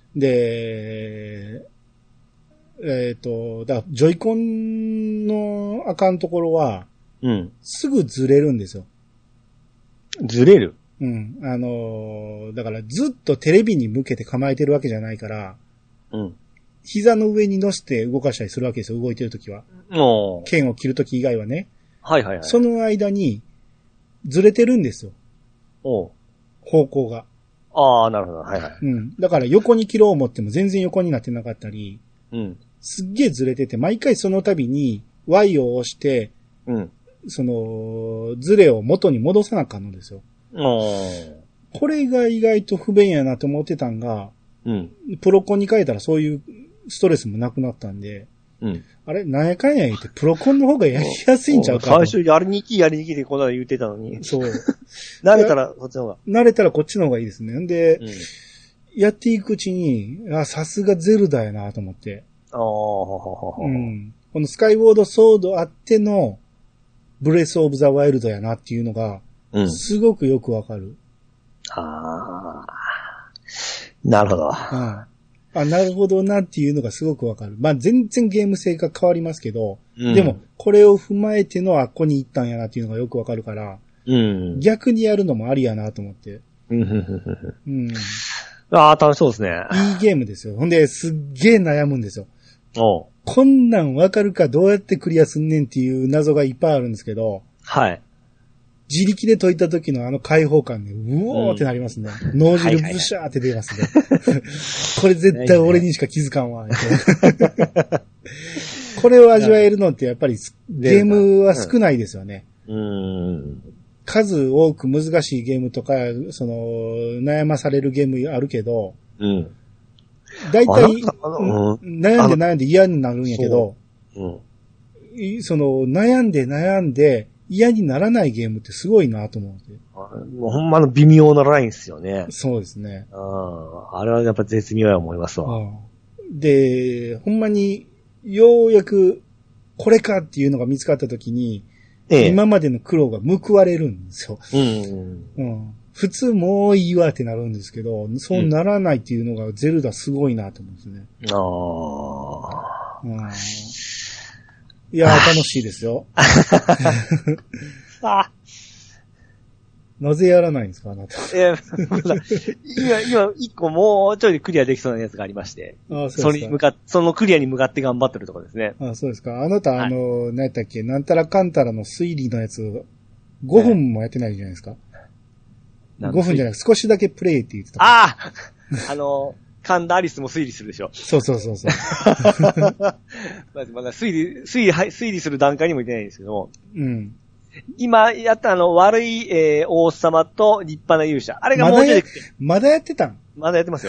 Speaker 1: で、えっと、だジョイコンのあかんところは、うん。すぐずれるんですよ。
Speaker 2: ずれる？
Speaker 1: うん。あのー、だからずっとテレビに向けて構えてるわけじゃないから、うん。膝の上に乗せて動かしたりするわけですよ、動いてるときは。お剣を切るとき以外はね。はいはいはい。その間に、ずれてるんですよ。お方向が。
Speaker 2: ああ、なるほど。はいはい。
Speaker 1: うん。だから横に切ろう思っても全然横になってなかったり、うん。すっげえずれてて、毎回その度に Y を押して、うん。その、ずれを元に戻さなあかんのですよ。これが意外と不便やなと思ってたんが、うん。プロコンに変えたらそういうストレスもなくなったんで、うん。あれ、なんやかんや言ってプロコンの方がやりやすいんちゃうか。
Speaker 2: 最初やりにきやりにきでこんなの言ってたのに。そう。慣れたらこっちの方が。
Speaker 1: 慣れたらこっちの方がいいですね。んで、うん、やっていくうちに、あ、さすがゼルダやなと思って。ああ、うん。このスカイウォードソードあっての、ブレスオブザワイルドやなっていうのが、うん、すごくよくわかる。
Speaker 2: ああ。なるほど。
Speaker 1: ああ、なるほどなっていうのがすごくわかる。まあ全然ゲーム性が変わりますけど、うん、でもこれを踏まえてのあっこに行ったんやなっていうのがよくわかるから、うん、逆にやるのもありやなと思って。うん、
Speaker 2: ああ、楽しそうですね。
Speaker 1: いいゲームですよ。ほんで、すっげえ悩むんですよ。おこんなんわかるかどうやってクリアすんねんっていう謎がいっぱいあるんですけど、はい。自力で解いた時のあの解放感ね、うおーってなりますね。うん、脳汁ブシャーって出ますね。これ絶対俺にしか気づかんわ。これを味わえるのってやっぱりゲームは少ないですよね。うん。 数多く難しいゲームとか、その、悩まされるゲームあるけど、
Speaker 2: うん。
Speaker 1: 大体、
Speaker 2: うん、
Speaker 1: 悩んで悩んで嫌になるんやけど、
Speaker 2: うん、
Speaker 1: その、悩んで悩んで嫌にならないゲームってすごいなと思って。
Speaker 2: もうほんまの微妙なラインですよね。
Speaker 1: そうですね。
Speaker 2: うん。あれはやっぱ絶妙や思いますわ。うん、
Speaker 1: で、ほんまに、ようやく、これかっていうのが見つかったときに、ええ、今までの苦労が報われるんですよ。うん、うん、普通もういいわってなるんですけど、そうならないっていうのがゼルダすごいなと思うんですね。ああ、うん。いやー楽しいですよ。あなぜやらないんですかあなた。いや、
Speaker 2: 今、今、一個もうちょいでクリアできそうなやつがありまして。ああ、そうですか。それに向かって、そのクリアに向かって頑張ってるところですね。
Speaker 1: ああ、そうですか。あなた、はい、あの、何やったっけ、なんたらかんたらの推理のやつ、ごふんもやってないじゃないですか。ごふんじゃなく少しだけプレイって言ってた。
Speaker 2: あああの、神田アリスも推理するでしょ。
Speaker 1: そうそうそうそう。
Speaker 2: まずまだ推理、推理、推理する段階にもいてないんですけど。うん。今やったあの、悪い、えー、王様と立派な勇者。あれがもうちょいで。
Speaker 1: まだやってたん
Speaker 2: まだやってますよ。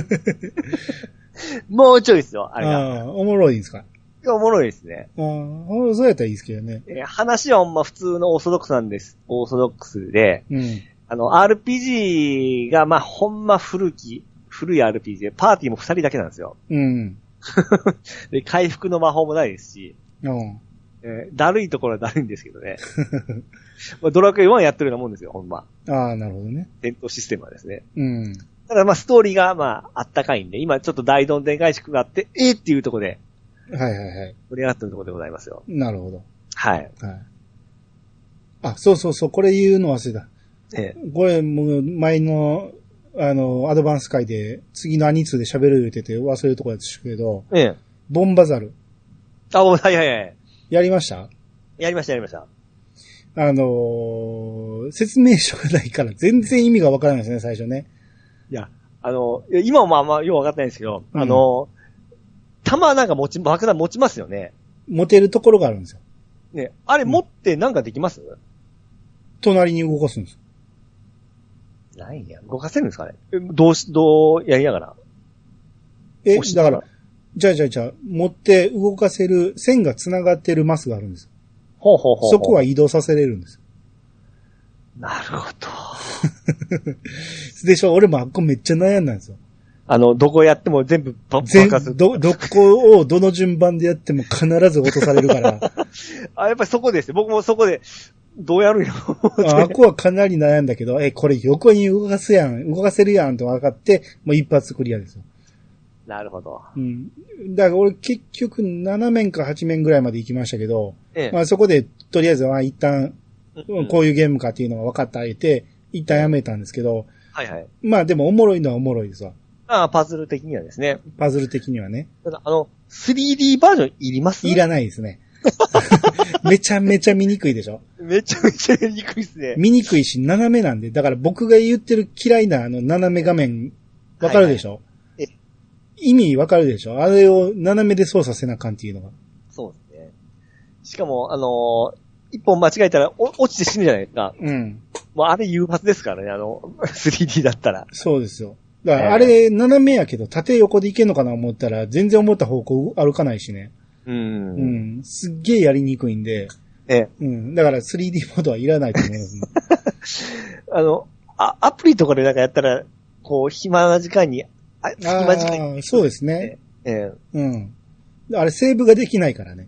Speaker 2: もうちょいですよ、あれが。
Speaker 1: ああ、おもろいんですか
Speaker 2: いや、おもろいですね。
Speaker 1: ああ、そうやったらいいですけどね。
Speaker 2: えー、話はほんま普通のオーソドックスなんです。オーソドックスで。うん。あの、アールピージー が、まあ、ほんま古き、古い アールピージー で、パーティーも二人だけなんですよ。うん。で、回復の魔法もないですし。うん。えー、だるいところはだるいんですけどね。まあ、ドラクエワンやってるようなもんですよ、ほんま。
Speaker 1: ああ、なるほどね。
Speaker 2: 戦闘システムはですね。うん。ただまあ、ストーリーがまあ、あったかいんで、今ちょっと大どんでん返しがあって、えーっていうところで。
Speaker 1: はいはいはい。
Speaker 2: 盛り上がってるところでございますよ。
Speaker 1: なるほど。
Speaker 2: はい。はい。
Speaker 1: あ、そうそうそう、これ言うの忘れた。ええ。これもう、前の、あの、アドバンス会で、次のアニツーで喋る言うてて忘れるとこやったけど、ええ。ボンバザル。
Speaker 2: あ、はいはいはい。
Speaker 1: やりました
Speaker 2: やりましたやりました。
Speaker 1: あのー、説明書がないから全然意味がわからないですね、最初ね。
Speaker 2: いや、あの、今もまあまあようわかってないんですけど、うん、あの、弾なんか持ち、爆弾持ちますよね。
Speaker 1: 持てるところがあるんですよ。
Speaker 2: ね、あれ持ってなんかできます、うん、
Speaker 1: 隣に動かすんです。
Speaker 2: ないや。動かせるんですかねどうし、どうやりながら。
Speaker 1: え、だから、じゃあじゃあじゃあ、持って動かせる、線が繋がってるマスがあるんです。
Speaker 2: ほうほうほうほう。
Speaker 1: そこは移動させれるんです。
Speaker 2: なるほど。
Speaker 1: でしょ俺もあっこめっちゃ悩んだんですよ。
Speaker 2: あの、どこやっても全部爆発する。
Speaker 1: ど、どこをどの順番でやっても必ず落とされるから。
Speaker 2: あ、やっぱりそこですよ。僕もそこで、どうやるんやろ
Speaker 1: あ、あっこはかなり悩んだけど、え、これ横に動かすやん、動かせるやんと分かって、もう一発クリアですよ。
Speaker 2: なるほど。
Speaker 1: うん。だから俺結局なな面かはち面ぐらいまで行きましたけど、ええ、まあそこでとりあえずは一旦、こういうゲームかっていうのが分かってあげて、一旦やめたんですけど、
Speaker 2: はいはい。
Speaker 1: まあでもおもろいのはおもろいですわ。
Speaker 2: ああ、パズル的にはですね。
Speaker 1: パズル的にはね。
Speaker 2: ただ、あの、スリーディー バージョンいります
Speaker 1: いらないですね。めちゃめちゃ見にくいでしょ
Speaker 2: めちゃめちゃ見にくいですね。
Speaker 1: 見にくいし、斜めなんで。だから僕が言ってる嫌いなあの斜め画面、わかるでしょ、はいはい、意味わかるでしょあれを斜めで操作せなあかんっていうのが。
Speaker 2: そうですね。しかも、あのー、一本間違えたら落ちて死ぬじゃないですか。うん。もうあれ誘発ですからね、あの、スリーディー だったら。
Speaker 1: そうですよ。だからあれ、斜めやけど、縦横でいけんのかな思ったら、全然思った方向歩かないしね。うん。うん。すっげえやりにくいんで。ええ。うん。だから スリーディー モードはいらないと思います
Speaker 2: ね。あの、あ、アプリとかでなんかやったら、こう、暇な時間に、あ、暇時間に。
Speaker 1: そうですね。ええ。うん。あれ、セーブができないからね。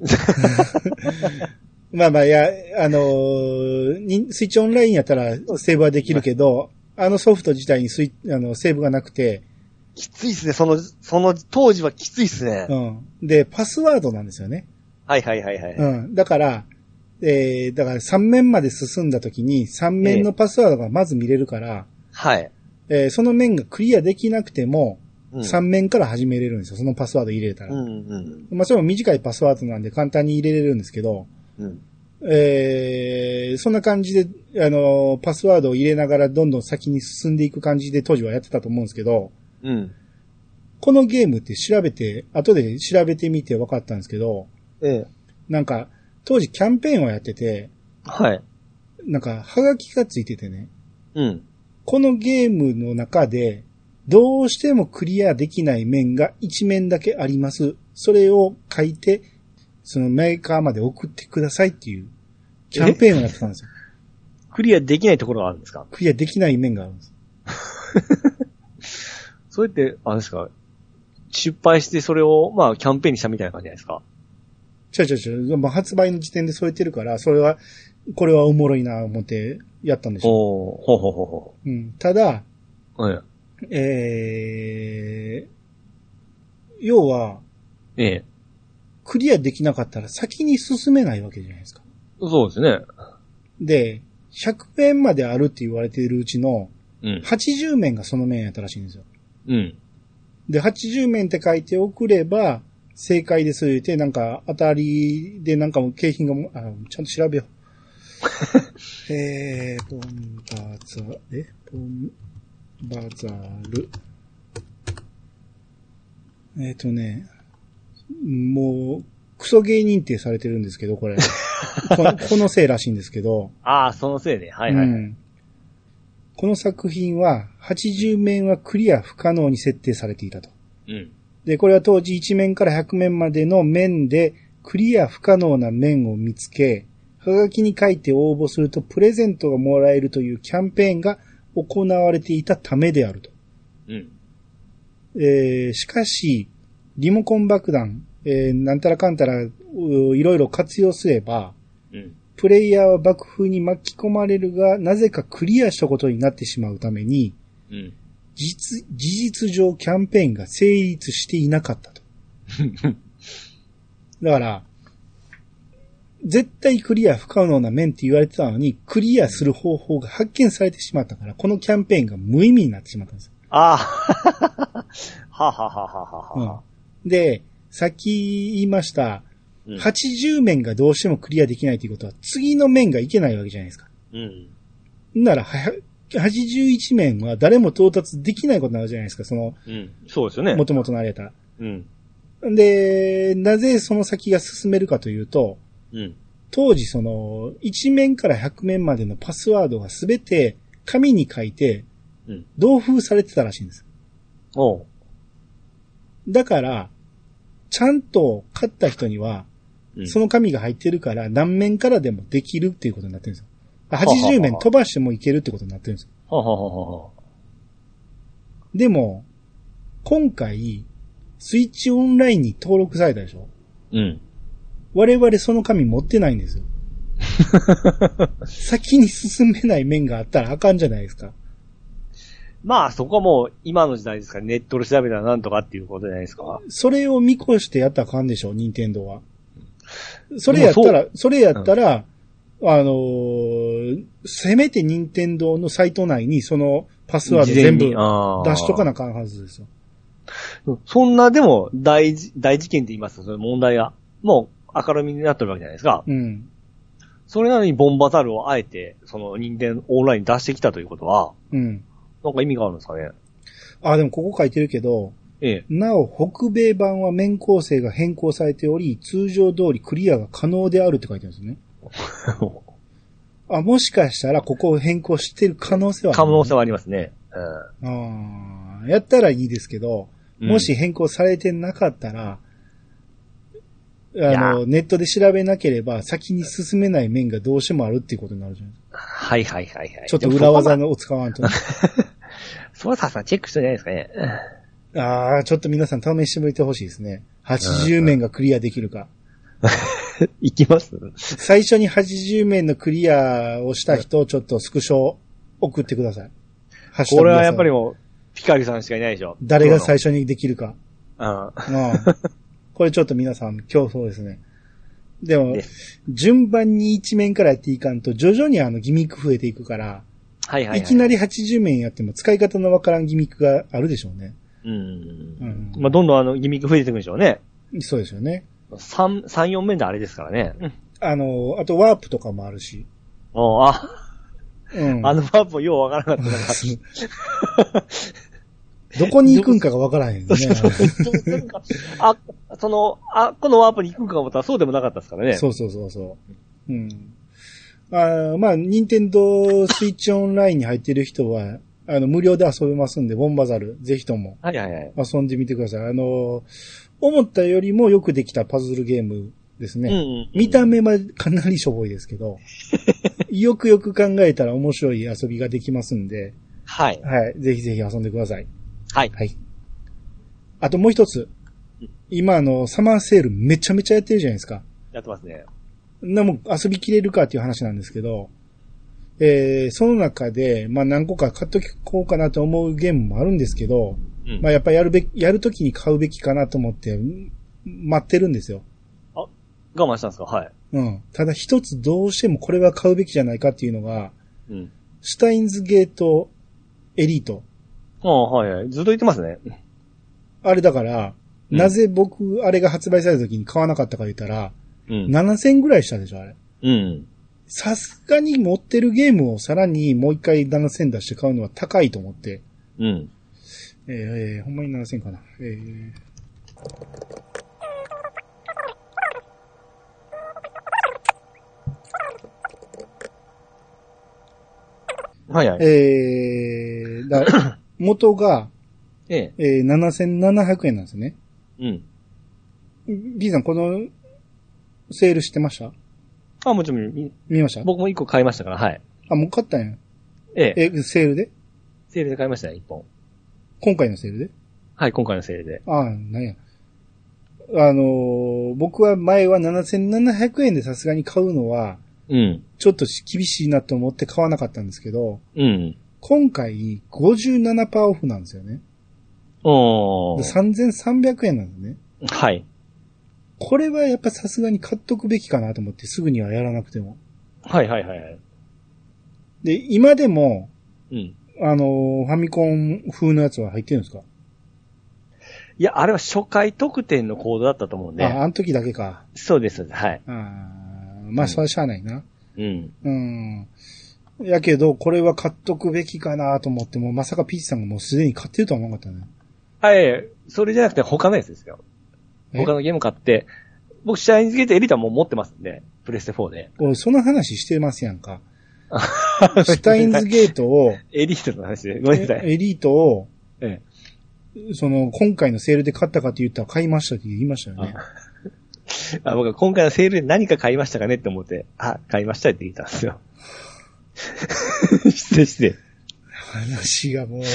Speaker 1: まあまあ、いや、あのー、スイッチオンラインやったらセーブはできるけど、あのソフト自体にスイあのセーブがなくて。
Speaker 2: きついっすね。その、その当時はきついっすね。
Speaker 1: うん。で、パスワードなんですよね。
Speaker 2: はいはいはいはい。
Speaker 1: うん。だから、えー、だからさん面まで進んだ時にさん面のパスワードがまず見れるから、えー、はい。えー、その面がクリアできなくても、うん、さん面から始めれるんですよ。そのパスワード入れたら。うんうん。まあ、それも短いパスワードなんで簡単に入れれるんですけど、うん。えー、そんな感じで、あの、パスワードを入れながらどんどん先に進んでいく感じで当時はやってたと思うんですけど、うん。このゲームって調べて、後で調べてみて分かったんですけど、ええ。なんか、当時キャンペーンをやってて、はい。 なんか、はがきがついててね。
Speaker 2: うん。
Speaker 1: このゲームの中で、どうしてもクリアできない面がいち面だけあります。それを書いて、そのメーカーまで送ってくださいっていうキャンペーンをやってたんですよ。
Speaker 2: クリアできないところがあるんですか？
Speaker 1: クリアできない面があるんです。
Speaker 2: それって、あれですか、失敗してそれを、まあ、キャンペーンにしたみたいな感じじゃないですか？
Speaker 1: ちょちょちょ、まあ、発売の時点で添えてるから、それは、これはおもろいな思ってやったんでしょう。
Speaker 2: おー、ほうほうほうほ
Speaker 1: う。うん。ただ、
Speaker 2: はい。
Speaker 1: えー、要は、
Speaker 2: ええ。
Speaker 1: クリアできなかったら先に進めないわけじゃないですか。
Speaker 2: そうですね。
Speaker 1: で、ひゃく面まであるって言われているうちの、
Speaker 2: うん。
Speaker 1: はちじゅう面がその面やったらしいんですよ。
Speaker 2: うん。
Speaker 1: で、はちじゅう面って書いて送れば、正解です言って、なんか、当たりでなんかも景品がも、あ、ちゃんと調べよう。えー、ボンバザ、えボンバザール。えっ、ー、とね、もう、クソゲー認定されてるんですけど、これ。この、このせいらしいんですけど。
Speaker 2: ああ、そのせいで。はいはい、はい。うん。
Speaker 1: この作品は、はちじゅう面はクリア不可能に設定されていたと。
Speaker 2: うん。
Speaker 1: で、これは当時いち面からひゃく面までの面で、クリア不可能な面を見つけ、はがきに書いて応募するとプレゼントがもらえるというキャンペーンが行われていたためであると。
Speaker 2: うん。
Speaker 1: えー、しかし、リモコン爆弾、えー、なんたらかんたら、いろいろ活用すれば、うん、プレイヤーは爆風に巻き込まれるが、なぜかクリアしたことになってしまうために、うん、実、事実上キャンペーンが成立していなかったと。だから、絶対クリア不可能な面って言われてたのに、クリアする方法が発見されてしまったから、このキャンペーンが無意味になってしまったんですよ。
Speaker 2: ああ。はははははは。
Speaker 1: で、さっき言いました、うん、はちじゅう面がどうしてもクリアできないということは、次の面がいけないわけじゃないですか。うん。なら、はちじゅういち面は誰も到達できないことになるじゃないですか、その、
Speaker 2: うん。そうですよね。
Speaker 1: 元々のあれやったら。
Speaker 2: うん。
Speaker 1: で、なぜその先が進めるかというと、うん、当時その、いち面からひゃく面までのパスワードがすべて紙に書いて、うん、同封されてたらしいんです。
Speaker 2: おう。
Speaker 1: だから、ちゃんと買った人には、うん、その紙が入ってるから何面からでもできるっていうことになってるんですよ。はちじゅう面飛ばしてもいけるってことになってるんですよ。
Speaker 2: はははは
Speaker 1: でも、今回、スイッチオンラインに登録されたでしょ？うん。我々その紙持ってないんですよ。先に進めない面があったらあかんじゃないですか。
Speaker 2: まあそこはもう今の時代ですからネットで調べたらなんとかっていうことじゃないですか。
Speaker 1: それを見越してやったらあかんでしょ、任天堂は。それやったら、そ, それやったら、うん、あのー、せめて任天堂のサイト内にそのパスワード全部出しとかなあかんはずですよ。
Speaker 2: そんなでも大大事件って言いますとその問題がもう明るみになってるわけじゃないですか。うん。それなのにボンバザルをあえて、その任天オンラインに出してきたということは、うん。なんか意味があるんですかね。
Speaker 1: あ、でもここ書いてるけど、ええ。なお、北米版は面構成が変更されており、通常通りクリアが可能であるって書いてるんですね。あ、もしかしたらここを変更してる可能性はある、
Speaker 2: ね、可能性はありますね。
Speaker 1: うん。ああ、やったらいいですけど、もし変更されてなかったら、うん、あの、ネットで調べなければ先に進めない面がどうしてもあるっていうことになるじゃないですか。
Speaker 2: はいはいはいはい。
Speaker 1: ちょっと裏技を使わんと。
Speaker 2: それはさすがチェックしてないですかね。
Speaker 1: ああ、ちょっと皆さん試してみてほしいですね。はちじゅう面がクリアできるか。
Speaker 2: いきます
Speaker 1: 最初にはちじゅう面のクリアをした人をちょっとスクショ送ってください。
Speaker 2: これはやっぱりもう、ピカリさんしかいないでしょ。
Speaker 1: 誰が最初にできるか。
Speaker 2: うん。うん。
Speaker 1: これちょっと皆さん競争ですね。でも、順番にいち面からやっていかんと、徐々にあのギミック増えていくから、はいはいはい。いきなりはちじゅう面やっても使い方のわからんギミックがあるでしょうね。
Speaker 2: うん。うん、まあ、どんどんあのギミック増えていくんでしょうね。
Speaker 1: そうですよね。
Speaker 2: 三、三、四面であれですからね。うん、
Speaker 1: あの、あとワープとかもあるし。
Speaker 2: おあ。うん。あのワープもようわからなかったな。
Speaker 1: どこに行くんかがわからへんね。
Speaker 2: あ、その、あ、このワープに行くんかと思ったらそうでもなかったですからね。
Speaker 1: そうそうそうそう。うん。 あまあ、ニンテンドースイッチオンラインに入ってる人は、あの、無料で遊べますんで、ボンバザル、ぜひとも。
Speaker 2: はいはいはい。
Speaker 1: 遊んでみてください。あの、思ったよりもよくできたパズルゲームですね。
Speaker 2: うんうんうん、
Speaker 1: 見た目はかなりしょぼいですけど、よくよく考えたら面白い遊びができますんで、
Speaker 2: はい。
Speaker 1: はい。ぜひぜひ遊んでください。
Speaker 2: はい。
Speaker 1: はい。あともう一つ。今あの、サマーセールめちゃめちゃやってるじゃないですか。
Speaker 2: やってますね。
Speaker 1: なも遊びきれるかっていう話なんですけど、えー、その中で、まあ何個か買っとこうかなと思うゲームもあるんですけど、うん、まあやっぱやるべき、やるときに買うべきかなと思って待ってるんですよ。
Speaker 2: あ、我慢したんですか？はい。
Speaker 1: うん。ただ一つどうしてもこれは買うべきじゃないかっていうのが、うん、シュタインズゲートエリート。
Speaker 2: ああ、はいはい。ずっと言ってますね。
Speaker 1: あれだから、うん、なぜ僕、あれが発売された時に買わなかったか言ったら、うん、ななせんぐらいしたでしょ、あれ。うん。さすがに持ってるゲームをさらにもう一回ななせん出して買うのは高いと思って。うん。えー、えー、ほんまにななせんかな。え
Speaker 2: ー、はいはい。
Speaker 1: えー、だ元が、えええー、ななせんななひゃくえんなんですね。うん。B さん、この、セール知ってました？
Speaker 2: あ、もちろん見、
Speaker 1: 見ました？
Speaker 2: 僕も一個買いましたから、はい。
Speaker 1: あ、もう買ったんや。
Speaker 2: ええ。
Speaker 1: え、セールで？
Speaker 2: セールで買いましたね、一本。
Speaker 1: 今回のセールで？
Speaker 2: はい、今回のセールで。
Speaker 1: ああ、なんや。あのー、僕は前はななせんななひゃくえんでさすがに買うのは、うん。ちょっと厳しいなと思って買わなかったんですけど、うん。今回 ごじゅうななパーセント オフなんですよね。おー。さんぜんさんびゃくえんなんですね。
Speaker 2: はい。
Speaker 1: これはやっぱさすがに買っとくべきかなと思ってすぐにはやらなくても。
Speaker 2: はいはいはい。
Speaker 1: で、今でも、
Speaker 2: うん。
Speaker 1: あの、ファミコン風のやつは入ってるんですか？
Speaker 2: いや、あれは初回特典のコードだったと思うんで。
Speaker 1: あ、あの時だけか。
Speaker 2: そうです、はい。
Speaker 1: あまあ、それはしゃあないな。
Speaker 2: うん。
Speaker 1: うん。やけど、これは買っとくべきかなと思っても、まさかピーチさんがもうすでに買ってるとは思わなかったね。
Speaker 2: はい、それじゃなくて他のやつですよ。他のゲーム買って、僕、シャインズゲートエリートはもう持ってますんで、プレステフォーで。
Speaker 1: おい、その話してますやんか。シュタインズゲートを、
Speaker 2: エリートの話で、ごめんなさい。
Speaker 1: エリートを、
Speaker 2: え
Speaker 1: え、その、今回のセールで買ったかって言ったら買いましたって言いましたよね。
Speaker 2: ああ僕は今回のセールで何か買いましたかねって思って、あ、買いましたって言ったんですよ。失礼失礼。
Speaker 1: 話がもう。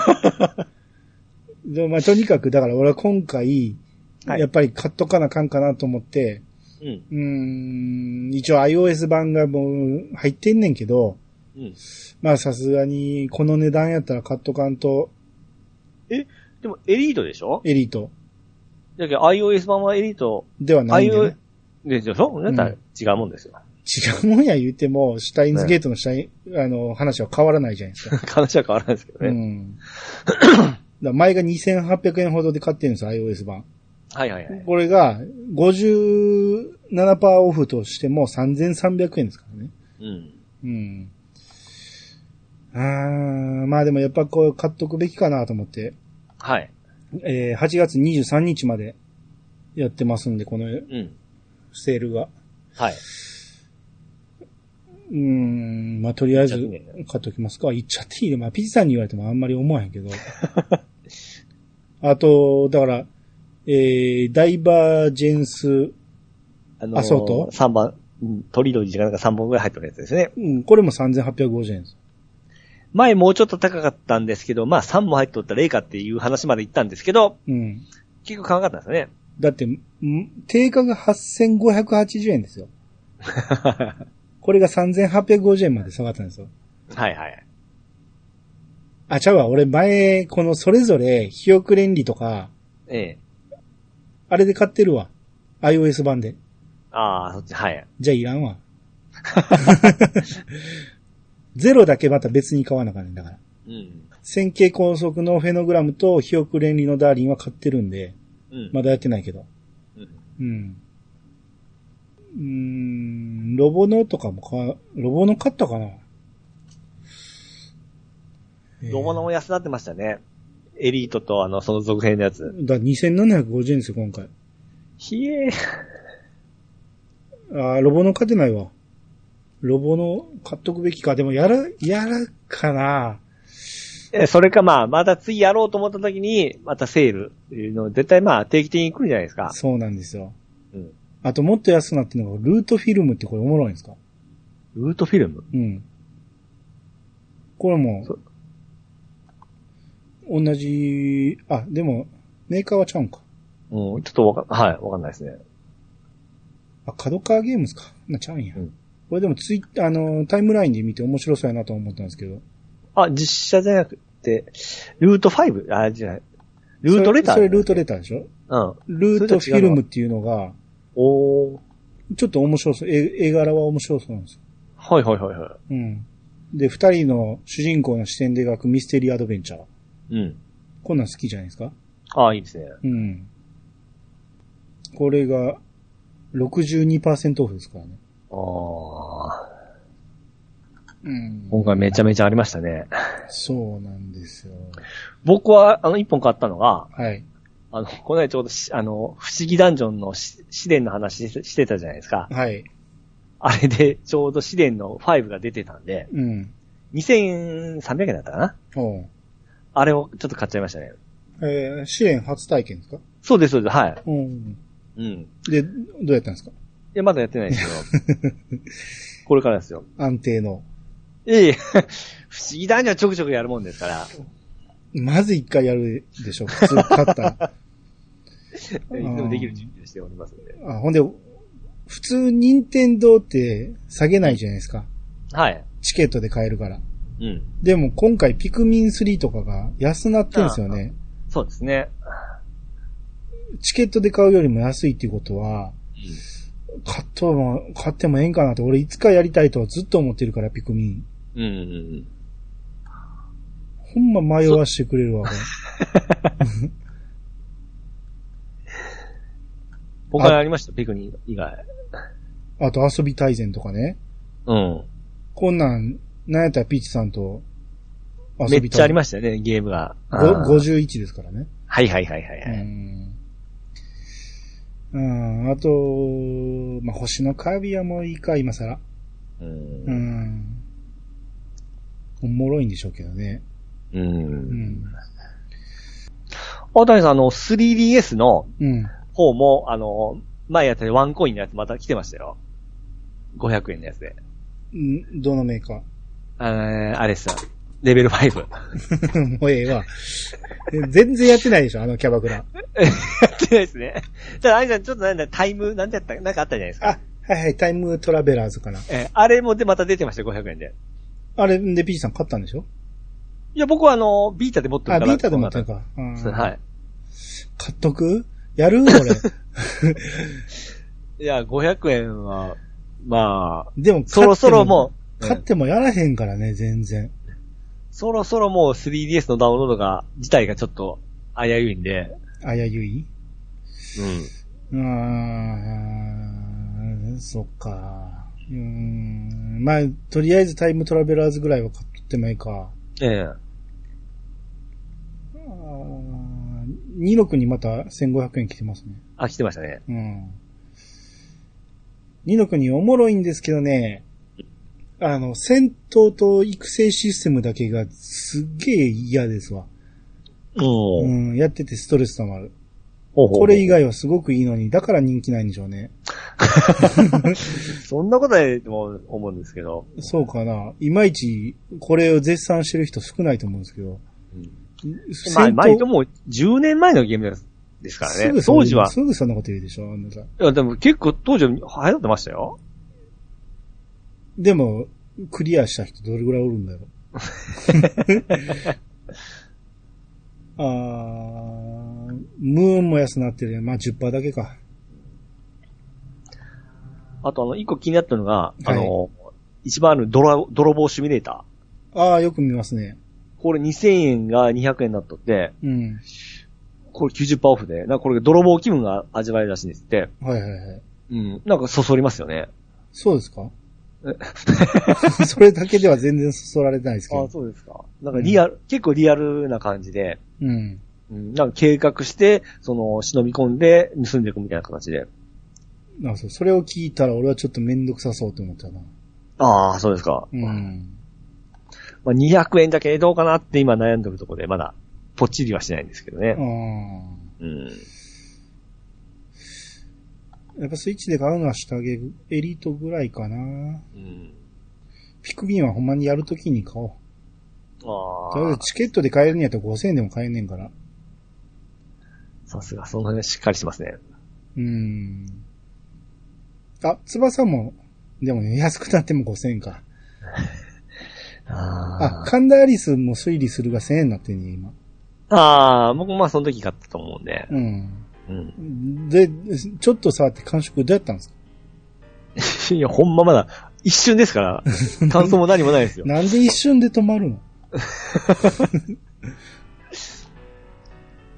Speaker 1: でまあ、とにかく、だから俺は今回、はい、やっぱり買っとかなあかんかなと思って、うん、うーん一応 iOS 版がもう入ってんねんけど、うん、まあさすがにこの値段やったら買っとかんと。
Speaker 2: え、でもエリートでしょ？
Speaker 1: エリート。
Speaker 2: だけど iOS 版はエリート。
Speaker 1: ではないんだよね。
Speaker 2: でしょ？だったら違うもんですよ。
Speaker 1: 違うもんや言うても、シュタインズゲートの下に、ね、あの、話は変わらないじゃないですか。
Speaker 2: 話は変わらないですけどね。うん。
Speaker 1: だ前がにせんはっぴゃくえんほどで買ってるんですよ、iOS 版。
Speaker 2: はいはいはい。
Speaker 1: これが ごじゅうななパーセント オフとしてもさんぜんさんびゃくえんですからね。うん。うん。あー、まあでもやっぱこう買っとくべきかなと思って。
Speaker 2: はい。
Speaker 1: えー、はちがつにじゅうさんにちまでやってますんで、この、うん、セールが。
Speaker 2: はい。
Speaker 1: うーん、まあとりあえず買っときますか。言っちゃっていいで、まあピチさんに言われてもあんまり思わへんけど。あと、だから、えー、ダイバージェンス、あのー、アソート ?
Speaker 2: さん 番、トリロジーがなんかさんぼんぐらい入ってるやつですね。
Speaker 1: うん、これもさんぜんはっぴゃくごじゅうえんです。
Speaker 2: 前もうちょっと高かったんですけど、まあさんも入っとったらええかっていう話まで言ったんですけど、うん。結局買わなかったんですよね。
Speaker 1: だって、定価がはっせんごひゃくはちじゅうえんですよ。これがさんぜんはっぴゃくごじゅうえんまで下がったんですよ。
Speaker 2: はいはい。
Speaker 1: あ、ちゃうわ、俺前、このそれぞれ、ひよく連理とか、
Speaker 2: ええ。
Speaker 1: あれで買ってるわ。iOS 版で。
Speaker 2: ああ、そっち、はい。
Speaker 1: じゃあいらんわ。ゼロだけまた別に買わなあかんねんだから。うん。線形高速のフェノグラムとひよく連理のダーリンは買ってるんで、うん、まだやってないけど。うん。うん。うーん、ロボノとかもか、ロボノ買ったかな？
Speaker 2: ロボノも安くなってましたね。エリートとあの、その続編のやつ。
Speaker 1: だ、にせんななひゃくごじゅうえんですよ、今回。
Speaker 2: ひえー。
Speaker 1: あー、ロボノ買ってないわ。 ロボの買っとくべきか。でもやる、やるかな。
Speaker 2: え、それかまあ、また次やろうと思った時に、またセールっていうの絶対まあ定期的に来るんじゃないですか。
Speaker 1: そうなんですよ。
Speaker 2: うん。
Speaker 1: あともっと安くなってるのが、ルートフィルムってこれおもろいんですか？
Speaker 2: ルートフィルム？
Speaker 1: うん。これも、同じ、あ、でも、メーカーはちゃうんか。
Speaker 2: うん、ちょっとわか、はい、わかんないですね。
Speaker 1: あ、角川ゲームズか。な、ちゃうんや。
Speaker 2: うん。
Speaker 1: これでもツイッター、あの、タイムラインで見て面白そうやなと思ったんですけど。
Speaker 2: あ、実写じゃなくて、ルートファイブ？あ、じゃない。ルートレター？
Speaker 1: それ、それルートレターでしょ？
Speaker 2: うん。
Speaker 1: ルートフィルムっていうのが、
Speaker 2: おー。
Speaker 1: ちょっと面白そう。絵、絵柄は面白そうなんですよ。
Speaker 2: はいはいはいはい。
Speaker 1: うん。で、二人の主人公の視点で描くミステリーアドベンチャー。
Speaker 2: うん。こ
Speaker 1: んなん好きじゃないですか？
Speaker 2: ああ、いいですね。
Speaker 1: うん。これが ろくじゅうにパーセント オフですからね。
Speaker 2: ああ。
Speaker 1: うん。
Speaker 2: 今回めちゃめちゃありましたね。
Speaker 1: そうなんですよ。
Speaker 2: 僕は、あの、一本買ったのが、
Speaker 1: はい。
Speaker 2: あの、この間ちょうどし、あの、不思議ダンジョンの試練の話ししてたじゃないですか。
Speaker 1: はい。あ
Speaker 2: れで、ちょうど試練のごが出てたんで、
Speaker 1: うん。
Speaker 2: にせんさんびゃくえんだったかな。
Speaker 1: おう。
Speaker 2: あれをちょっと買っちゃいましたね。
Speaker 1: えー、試練初体験ですか？
Speaker 2: そうです、そうです、はい。
Speaker 1: うん。
Speaker 2: うん。
Speaker 1: で、どうやったんですか？い
Speaker 2: や、まだやってないですけど。これからですよ。
Speaker 1: 安定の。
Speaker 2: ええ。不思議ダンジョンはちょくちょくやるもんですから。
Speaker 1: まず一回やるでしょ、普通買ったら。
Speaker 2: いつでもできる準備をしておりますので。
Speaker 1: あ、ほんで、普通、任天堂って下げないじゃないですか。
Speaker 2: はい。
Speaker 1: チケットで買えるから。
Speaker 2: うん。
Speaker 1: でも今回ピクミンスリーとかが安なってるんですよね。
Speaker 2: そうですね。
Speaker 1: チケットで買うよりも安いっていうことは、うん、買っとも、買ってもええんかなって、俺いつかやりたいとずっと思ってるから、ピクミン。
Speaker 2: うんうんうん。
Speaker 1: ほんま迷わしてくれるわ、これ。
Speaker 2: 他にありました？ピクミン以外。
Speaker 1: あと遊び大全とかね。
Speaker 2: うん。
Speaker 1: こんなん、なんやったらピーチさんと
Speaker 2: 遊びたい。めっちゃありましたよね、ゲームが。
Speaker 1: ごじゅういちですからね。
Speaker 2: はいはいはいはい、はい。
Speaker 1: うん。あと、まあ、星のカービィはもういいか、今更。うん。うん。おもろいんでしょうけどね。
Speaker 2: うん。うん。大谷さん、あの、スリーディーエス の方も、うん、あの、前やったワンコインのやつまた来てましたよ。ごひゃくえんのやつで。
Speaker 1: んどのメーカー？
Speaker 2: ああれさ、レベルご。
Speaker 1: もうええわ。全然やってないでしょ、あのキャバクラ。
Speaker 2: やってないですね。ただ、あれさん、ちょっとなんだ、タイム、なんてやった、なんかあったじゃないですか。
Speaker 1: あ、はいはい、タイムトラベラーズかな。
Speaker 2: えー、あれもでまた出てましたよ、ごひゃくえんで。
Speaker 1: あれで、ピーチさん買ったんでしょ？
Speaker 2: いや、僕はあの、ビータで持ってるから。
Speaker 1: あ、ビータで持ってるか。
Speaker 2: うん、はい。
Speaker 1: 買っとく？やる？俺。
Speaker 2: いや、ごひゃくえんは、まあ。
Speaker 1: でも、
Speaker 2: そろそろも
Speaker 1: う。買ってもやらへんからね、全然。
Speaker 2: そろそろもう スリーディーエス のダウンロードが、自体がちょっと、危ういんで。
Speaker 1: 危うい？うん。うーん、そっか。うーん。まあ、とりあえずタイムトラベラーズぐらいは買っとってもいいか。
Speaker 2: ええ。
Speaker 1: にじゅうろくにまたせんごひゃくえん来てますね。
Speaker 2: あ、来てましたね。
Speaker 1: うん。にじゅうろくにおもろいんですけどね、あの、戦闘と育成システムだけがすっげえ嫌ですわ。うん、やっててストレス溜まる。ほうほうほう。これ以外はすごくいいのに、だから人気ないんでしょうね。
Speaker 2: そんなことないと思うんですけど。
Speaker 1: そうかな。いまいち、これを絶賛してる人少ないと思うんですけど。うん、
Speaker 2: まあ、前ともうじゅうねんまえのゲームですからね。すぐ当時は。
Speaker 1: すぐそんなこと言うでしょ、あんなさ。い
Speaker 2: や、でも結構当時は流行ってましたよ。
Speaker 1: でも、クリアした人どれぐらいおるんだろう。あー、ムーンも安なってる。まあ じゅっパーセント だけか。
Speaker 2: あとあの、一個気になったのが、はい、あの、一番ある泥、泥棒シミュレータ
Speaker 1: ー。ああ、よく見ますね。
Speaker 2: これにせんえんがにひゃくえんになっとって、
Speaker 1: うん。
Speaker 2: これ きゅうじゅっパーセント オフで、なんかこれ泥棒気分が味わえるらしいんですって。
Speaker 1: はいはいはい。
Speaker 2: うん。なんかそそりますよね。
Speaker 1: そうですか？それだけでは全然そそられてないですけど。
Speaker 2: ああ、そうですか。なんかリアル、うん、結構リアルな感じで。
Speaker 1: うん。
Speaker 2: うん、なんか計画して、その、忍び込んで盗んでいくみたいな形で。
Speaker 1: あ、そう。それを聞いたら俺はちょっとめんどくさそうと思ったな。
Speaker 2: ああ、そうですか。
Speaker 1: うん。
Speaker 2: まあ、にひゃくえんだけどうかなって今悩んでるところで、まだ、ポッチリはしてないんですけどね。うん。
Speaker 1: やっぱスイッチで買うのは下着、エリートぐらいかな。うん。ピクミンはほんまにやるときに買おう。ああ。とりあえずチケットで買えるんやったらごせんえんでも買えんねんから。
Speaker 2: さすが、その辺しっかりしてますね。
Speaker 1: うーん。あ、翼も、でもね、安くなってもごせんえんか。ああ、神田アリスも推理するがせんえんになってんね、今。
Speaker 2: ああ、僕もまあその時買ったと思うんで。
Speaker 1: うん。うん。で、ちょっと触って感触どうやったんです
Speaker 2: かいや、ほんままだ、一瞬ですから、感想も何もないですよ。
Speaker 1: なんで一瞬で止まるの
Speaker 2: うん、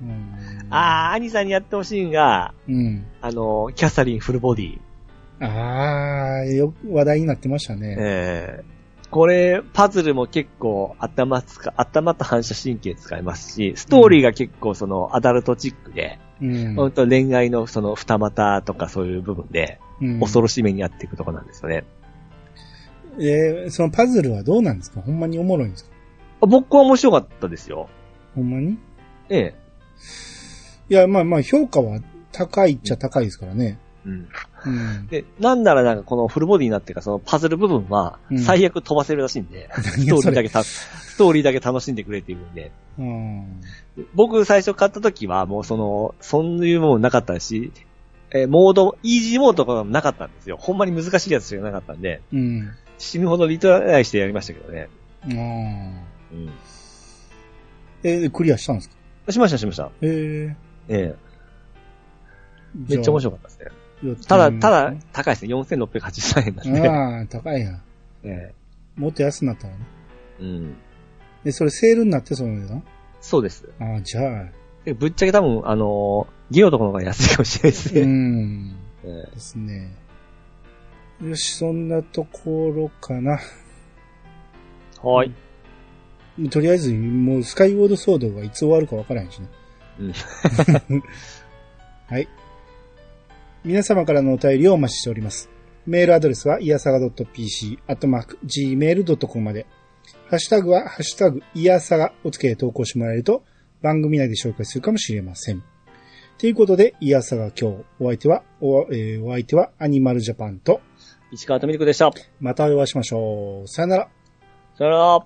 Speaker 2: ああ、アニさんにやってほしいんが、うん。あの、キャサリンフルボディ。
Speaker 1: ああ、よく話題になってましたね。え
Speaker 2: えーこれ、パズルも結構頭つか、頭と反射神経使いますし、ストーリーが結構そのアダルトチックで、うん、本当恋愛のその二股とかそういう部分で、恐ろしい目にやっていくところなんですよね。
Speaker 1: うん、えー、そのパズルはどうなんですか？ほんまにおもろいんですか？
Speaker 2: 僕は面白かったですよ。
Speaker 1: ほんまに？
Speaker 2: ええ。
Speaker 1: いや、まあまあ評価は高いっちゃ高いですからね。うん。
Speaker 2: うん、で、なんならなんかこのフルボディになってるかそのパズル部分は最悪飛ばせるらしいんで、うん、ストーリーだけた、ストーリーだけ楽しんでくれっていうんで、うん、僕最初買った時はもうその、そういうものなかったし、えー、モード、イージーモードとかもなかったんですよ。ほんまに難しいやつしかなかったんで、うん、死ぬほどリトライしてやりましたけどね。うん、
Speaker 1: えー、クリアしたんですか？
Speaker 2: しましたしました。へー。ええ。めっちゃ面白かったですね。ただ、ただ、高いですね。よんせんろっぴゃくはちじゅうさんえんなんで。
Speaker 1: ああ、高いやん。ええ。もっと安くなったらね。うん。で、それセールになってその値段？
Speaker 2: そうです。
Speaker 1: ああ、じゃあ。
Speaker 2: ぶっちゃけ多分、あのー、ゲオとかの方が安いかもしれないですね。うん。
Speaker 1: ええ、ですね。よし、そんなところかな。
Speaker 2: はい。
Speaker 1: とりあえず、もうスカイウォードソードがいつ終わるかわからへんしね。うん。はい。皆様からのお便りをお待ちしております。メールアドレスは、いやさが .pc、アットマーク、ジーメールドットコム まで。ハッシュタグは、ハッシュタグ、いやさがをつけて投稿してもらえると、番組内で紹介するかもしれません。ということで、いやさが今日、お相手は、お、えー、お相手は、アニマルジャパンと、
Speaker 2: 石川とみりくでした。
Speaker 1: またお会いしましょう。さよなら。
Speaker 2: さよなら。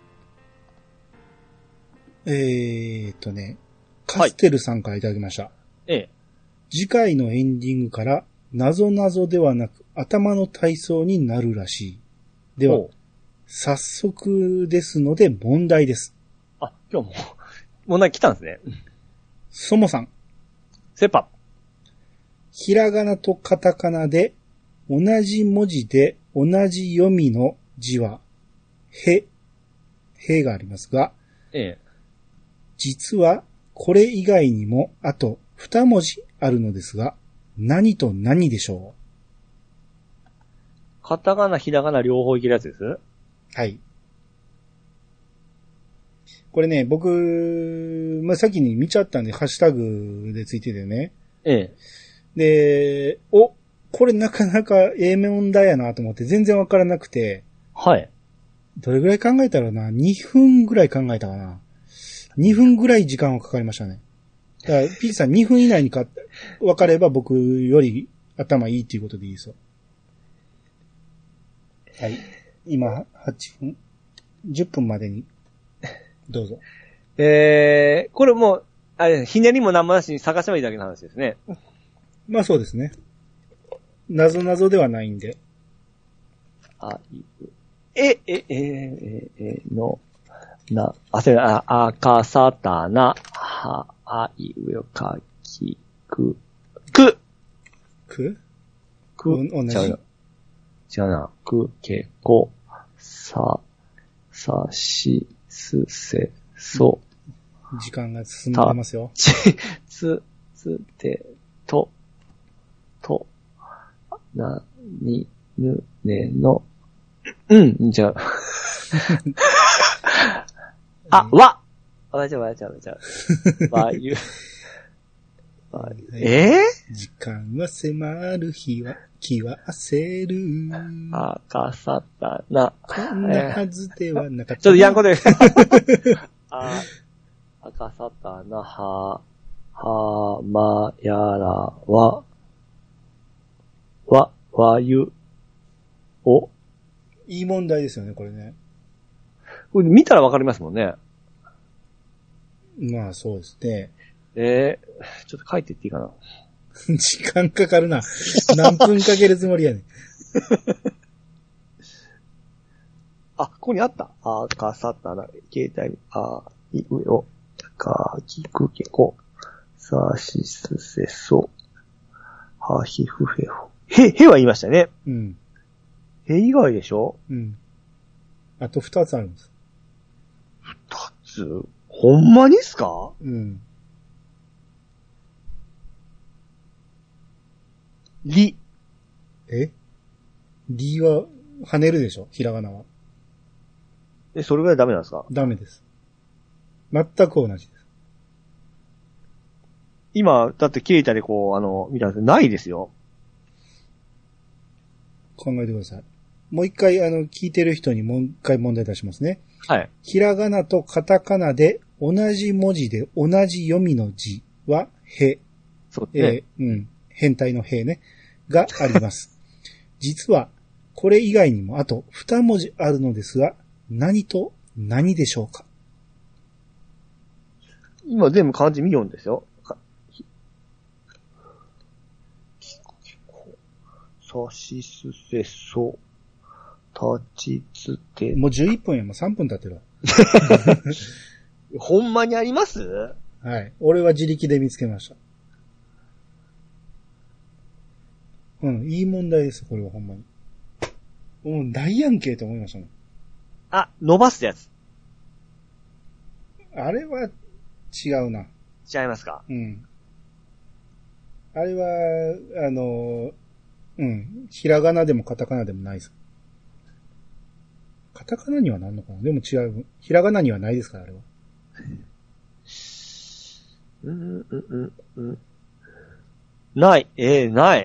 Speaker 1: えーっとね、カステルさんからいただきました。はい、ええ。次回のエンディングから、なぞなぞではなく、頭の体操になるらしい。では、早速ですので問題です。
Speaker 2: あ、今日も、問題来たんですね。
Speaker 1: そもさん。
Speaker 2: セパ。
Speaker 1: ひらがなとカタカナで、同じ文字で同じ読みの字は、へ、へがありますが、ええ。実は、これ以外にも、あと、二文字あるのですが、何と何でしょう？
Speaker 2: カタカナ、ひらがな両方いけるやつです？
Speaker 1: はい。これね、僕、まあ、先に見ちゃったんで、ハッシュタグでついててね。ええ。で、お、これなかなかええ問題やなと思って全然わからなくて。はい。どれぐらい考えたらな？ に 分ぐらい考えたかな。にふんぐらい時間がかかりましたね。だから、ピーチさんにふん以内にか、分かれば僕より頭いいっていうことでいいですよ。はい。今、はちふん ?じゅっ 分までに、どうぞ。
Speaker 2: えー、これもう、あれ、ひねりも何もなしに探せばいいだけの話ですね。
Speaker 1: まあそうですね。なぞなぞではないんで。
Speaker 2: あ、え、え、え、え、え、の、な、あ、せあ、あかさたな、は、あいうよかき、く、く
Speaker 1: く
Speaker 2: く同じ。違うな。違うな。く、け、こ、さ、さ、し、す、せ、そ。
Speaker 1: 時間が進んでますよ。
Speaker 2: ち、つ、つ、て、と、と、な、に、ぬ、ね、の、うん、じゃあ。あ、わわちゃわちゃわちゃ。わゆ。えぇ、
Speaker 1: 時間は迫る日は気は焦る。
Speaker 2: 赤さたな。
Speaker 1: こんなはずではなかった。
Speaker 2: ちょっとやんこで。あ、赤さたな、は、は、ま、やら、わ、わ、わゆ、お。
Speaker 1: いい問題ですよね、これね。
Speaker 2: これ見たらわかりますもんね。
Speaker 1: まあ、そうですね。
Speaker 2: えー、ちょっと書いていっていいかな。
Speaker 1: 時間かかるな。何分かけるつもりやねん。
Speaker 2: あ、ここにあった。あかさたな、携帯、あ、い、上を、か、きくけこ、さしすせそ、はひふへほ。へ、へは言いましたね。
Speaker 1: うん。
Speaker 2: へ以外でしょ？
Speaker 1: うん。あと二つあるんです。
Speaker 2: 二つ？ほんまにっすか？
Speaker 1: うん。
Speaker 2: り。
Speaker 1: え？りは跳ねるでしょ？ひらがなは。
Speaker 2: え、それぐらいダメなんですか？
Speaker 1: ダメです。全く同じです。
Speaker 2: 今、だって携帯でこう、あの、見たんですけど、ないですよ。
Speaker 1: 考えてください。もう一回、あの、聞いてる人にもう一回問題出しますね。
Speaker 2: はい。
Speaker 1: ひらがなとカタカナで同じ文字で同じ読みの字は、へ。
Speaker 2: そうですね。
Speaker 1: えー、うん。変態のへね。があります。実は、これ以外にもあと二文字あるのですが、何と何でしょうか？
Speaker 2: 今全部漢字見ようんですよ。さしすせそ、立ちつて。
Speaker 1: もうじゅういっぷんや、もうさんぷん経ってるわ。
Speaker 2: ほんまにあります？
Speaker 1: はい。俺は自力で見つけました。うん、いい問題です、これはほんまに。うん、大やんけと思いましたもん。
Speaker 2: あ、伸ばすやつ。
Speaker 1: あれは違うな。
Speaker 2: 違いますか？
Speaker 1: うん。あれは、あの、うん。ひらがなでもカタカナでもないです。カタカナにはなんのかな？でも違う。ひらがなにはないですから、あれは。
Speaker 2: うん、うん、うん、うん。ない。ええー、ない。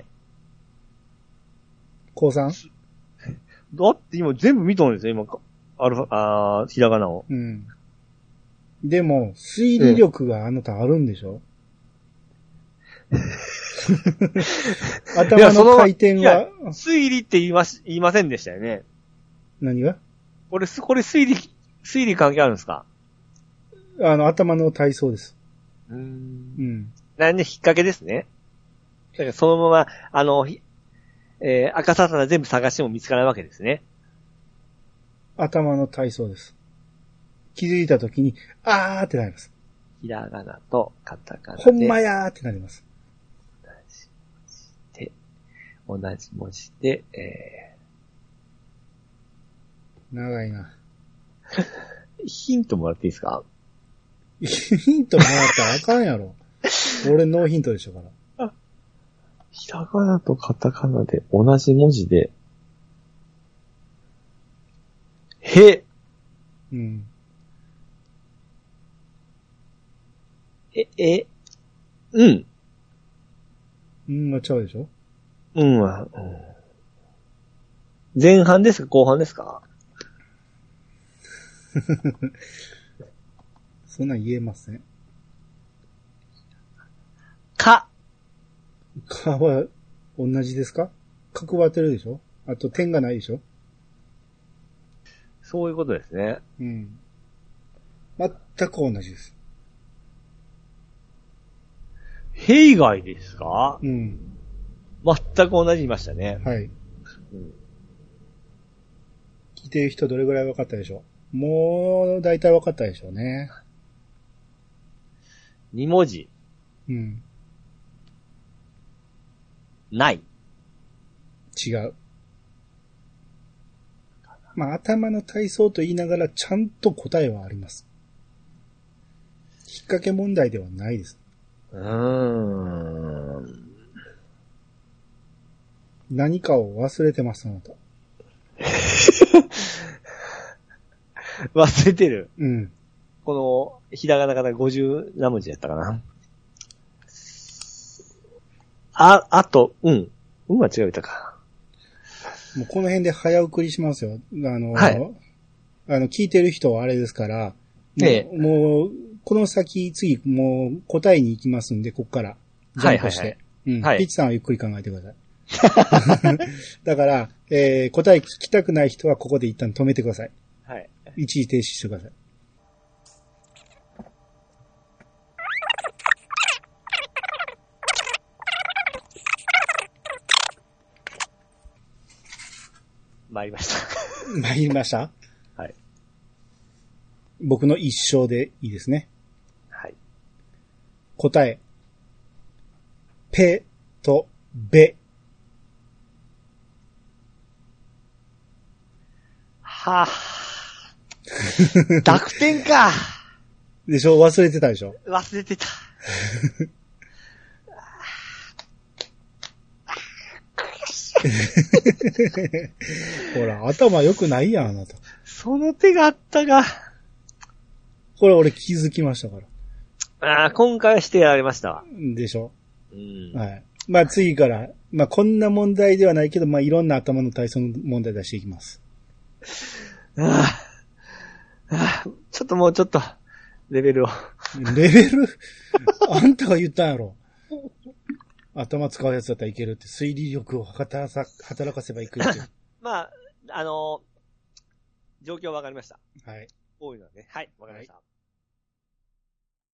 Speaker 1: 高さん？
Speaker 2: だって今全部見とるんですよ、今。アルファ、あー、ひらがなを。
Speaker 1: うん。でも、推理力があなたあるんでしょ？頭の回転は。
Speaker 2: 推理って言いまし、言いませんでしたよね。
Speaker 1: 何が？
Speaker 2: これ、これ推理、推理関係あるんですか？
Speaker 1: あの、頭の体操です。
Speaker 2: うーん。
Speaker 1: うん。
Speaker 2: なんで引っ掛けですね。だからそのまま、あの、えー、赤さたな全部探しても見つからないわけですね。
Speaker 1: 頭の体操です。気づいたときに、あーってなります。
Speaker 2: ひらがなとカタカナで。
Speaker 1: ほんまやーってなります。
Speaker 2: 同じ文字で、え
Speaker 1: ー、長いな。
Speaker 2: ヒントもらっていいですか？
Speaker 1: ヒントもらったらあかんやろ。俺ノーヒントでしょから。
Speaker 2: ひらがなとカタカナで同じ文字で、へ。
Speaker 1: うん。
Speaker 2: え、え、うん。
Speaker 1: うんがちゃうでしょ？
Speaker 2: うんは、うん。前半ですか後半ですか？
Speaker 1: そんなん言えません。
Speaker 2: か。
Speaker 1: かは同じですか？角は当てるでしょ？あと点がないでしょ？
Speaker 2: そういうことですね。
Speaker 1: うん。全く同じです。
Speaker 2: へ以外ですか？
Speaker 1: うん。
Speaker 2: 全く同じ言いましたね。
Speaker 1: はい。
Speaker 2: うん、
Speaker 1: 聞いてる人どれぐらい分かったでしょう？もう、大体分かったでしょうね。
Speaker 2: 二文字。
Speaker 1: うん。
Speaker 2: ない。
Speaker 1: 違う。まあ、頭の体操と言いながらちゃんと答えはあります。引っ掛け問題ではないです。
Speaker 2: うーん。
Speaker 1: 何かを忘れてます、あなた。
Speaker 2: 忘れてる。
Speaker 1: うん。
Speaker 2: この、ひらがなからごじゅう何文字やったかな。あ、あと、うん。 運は違うたか。
Speaker 1: もうこの辺で早送りしますよ。あの、
Speaker 2: はい、
Speaker 1: あの、聞いてる人はあれですから、
Speaker 2: ええ、
Speaker 1: もう、この先、次、もう答えに行きますんで、こっから、ジャンプして。はいはいはい、うん。はい、ピッチさんはゆっくり考えてください。だから、えー、答え聞きたくない人はここで一旦止めてください。
Speaker 2: はい。
Speaker 1: 一時停止してください。
Speaker 2: 参りました。
Speaker 1: 参りました？
Speaker 2: はい。
Speaker 1: 僕の一生でいいですね。
Speaker 2: はい。
Speaker 1: 答え。ペとベ。
Speaker 2: はぁ。濁点か。
Speaker 1: でしょ？忘れてたでしょ？
Speaker 2: 忘れてた。
Speaker 1: ほら、頭良くないやん、あなた。
Speaker 2: その手があったが。
Speaker 1: これ俺気づきましたから。
Speaker 2: ああ、今回はしてやられましたわ。
Speaker 1: でしょ？
Speaker 2: うん。
Speaker 1: はい。まあ次から、まあこんな問題ではないけど、まあいろんな頭の体操の問題出していきます。
Speaker 2: ああ、ああ、ちょっともうちょっと、レベルを。
Speaker 1: レベルあんたが言ったんやろ。頭使うやつだったらいけるって、推理力を働か働かせばいくって。
Speaker 2: まあ、あのー、状況わかりました。
Speaker 1: はい。
Speaker 2: 多いので、ね、はい、わかりました。はい。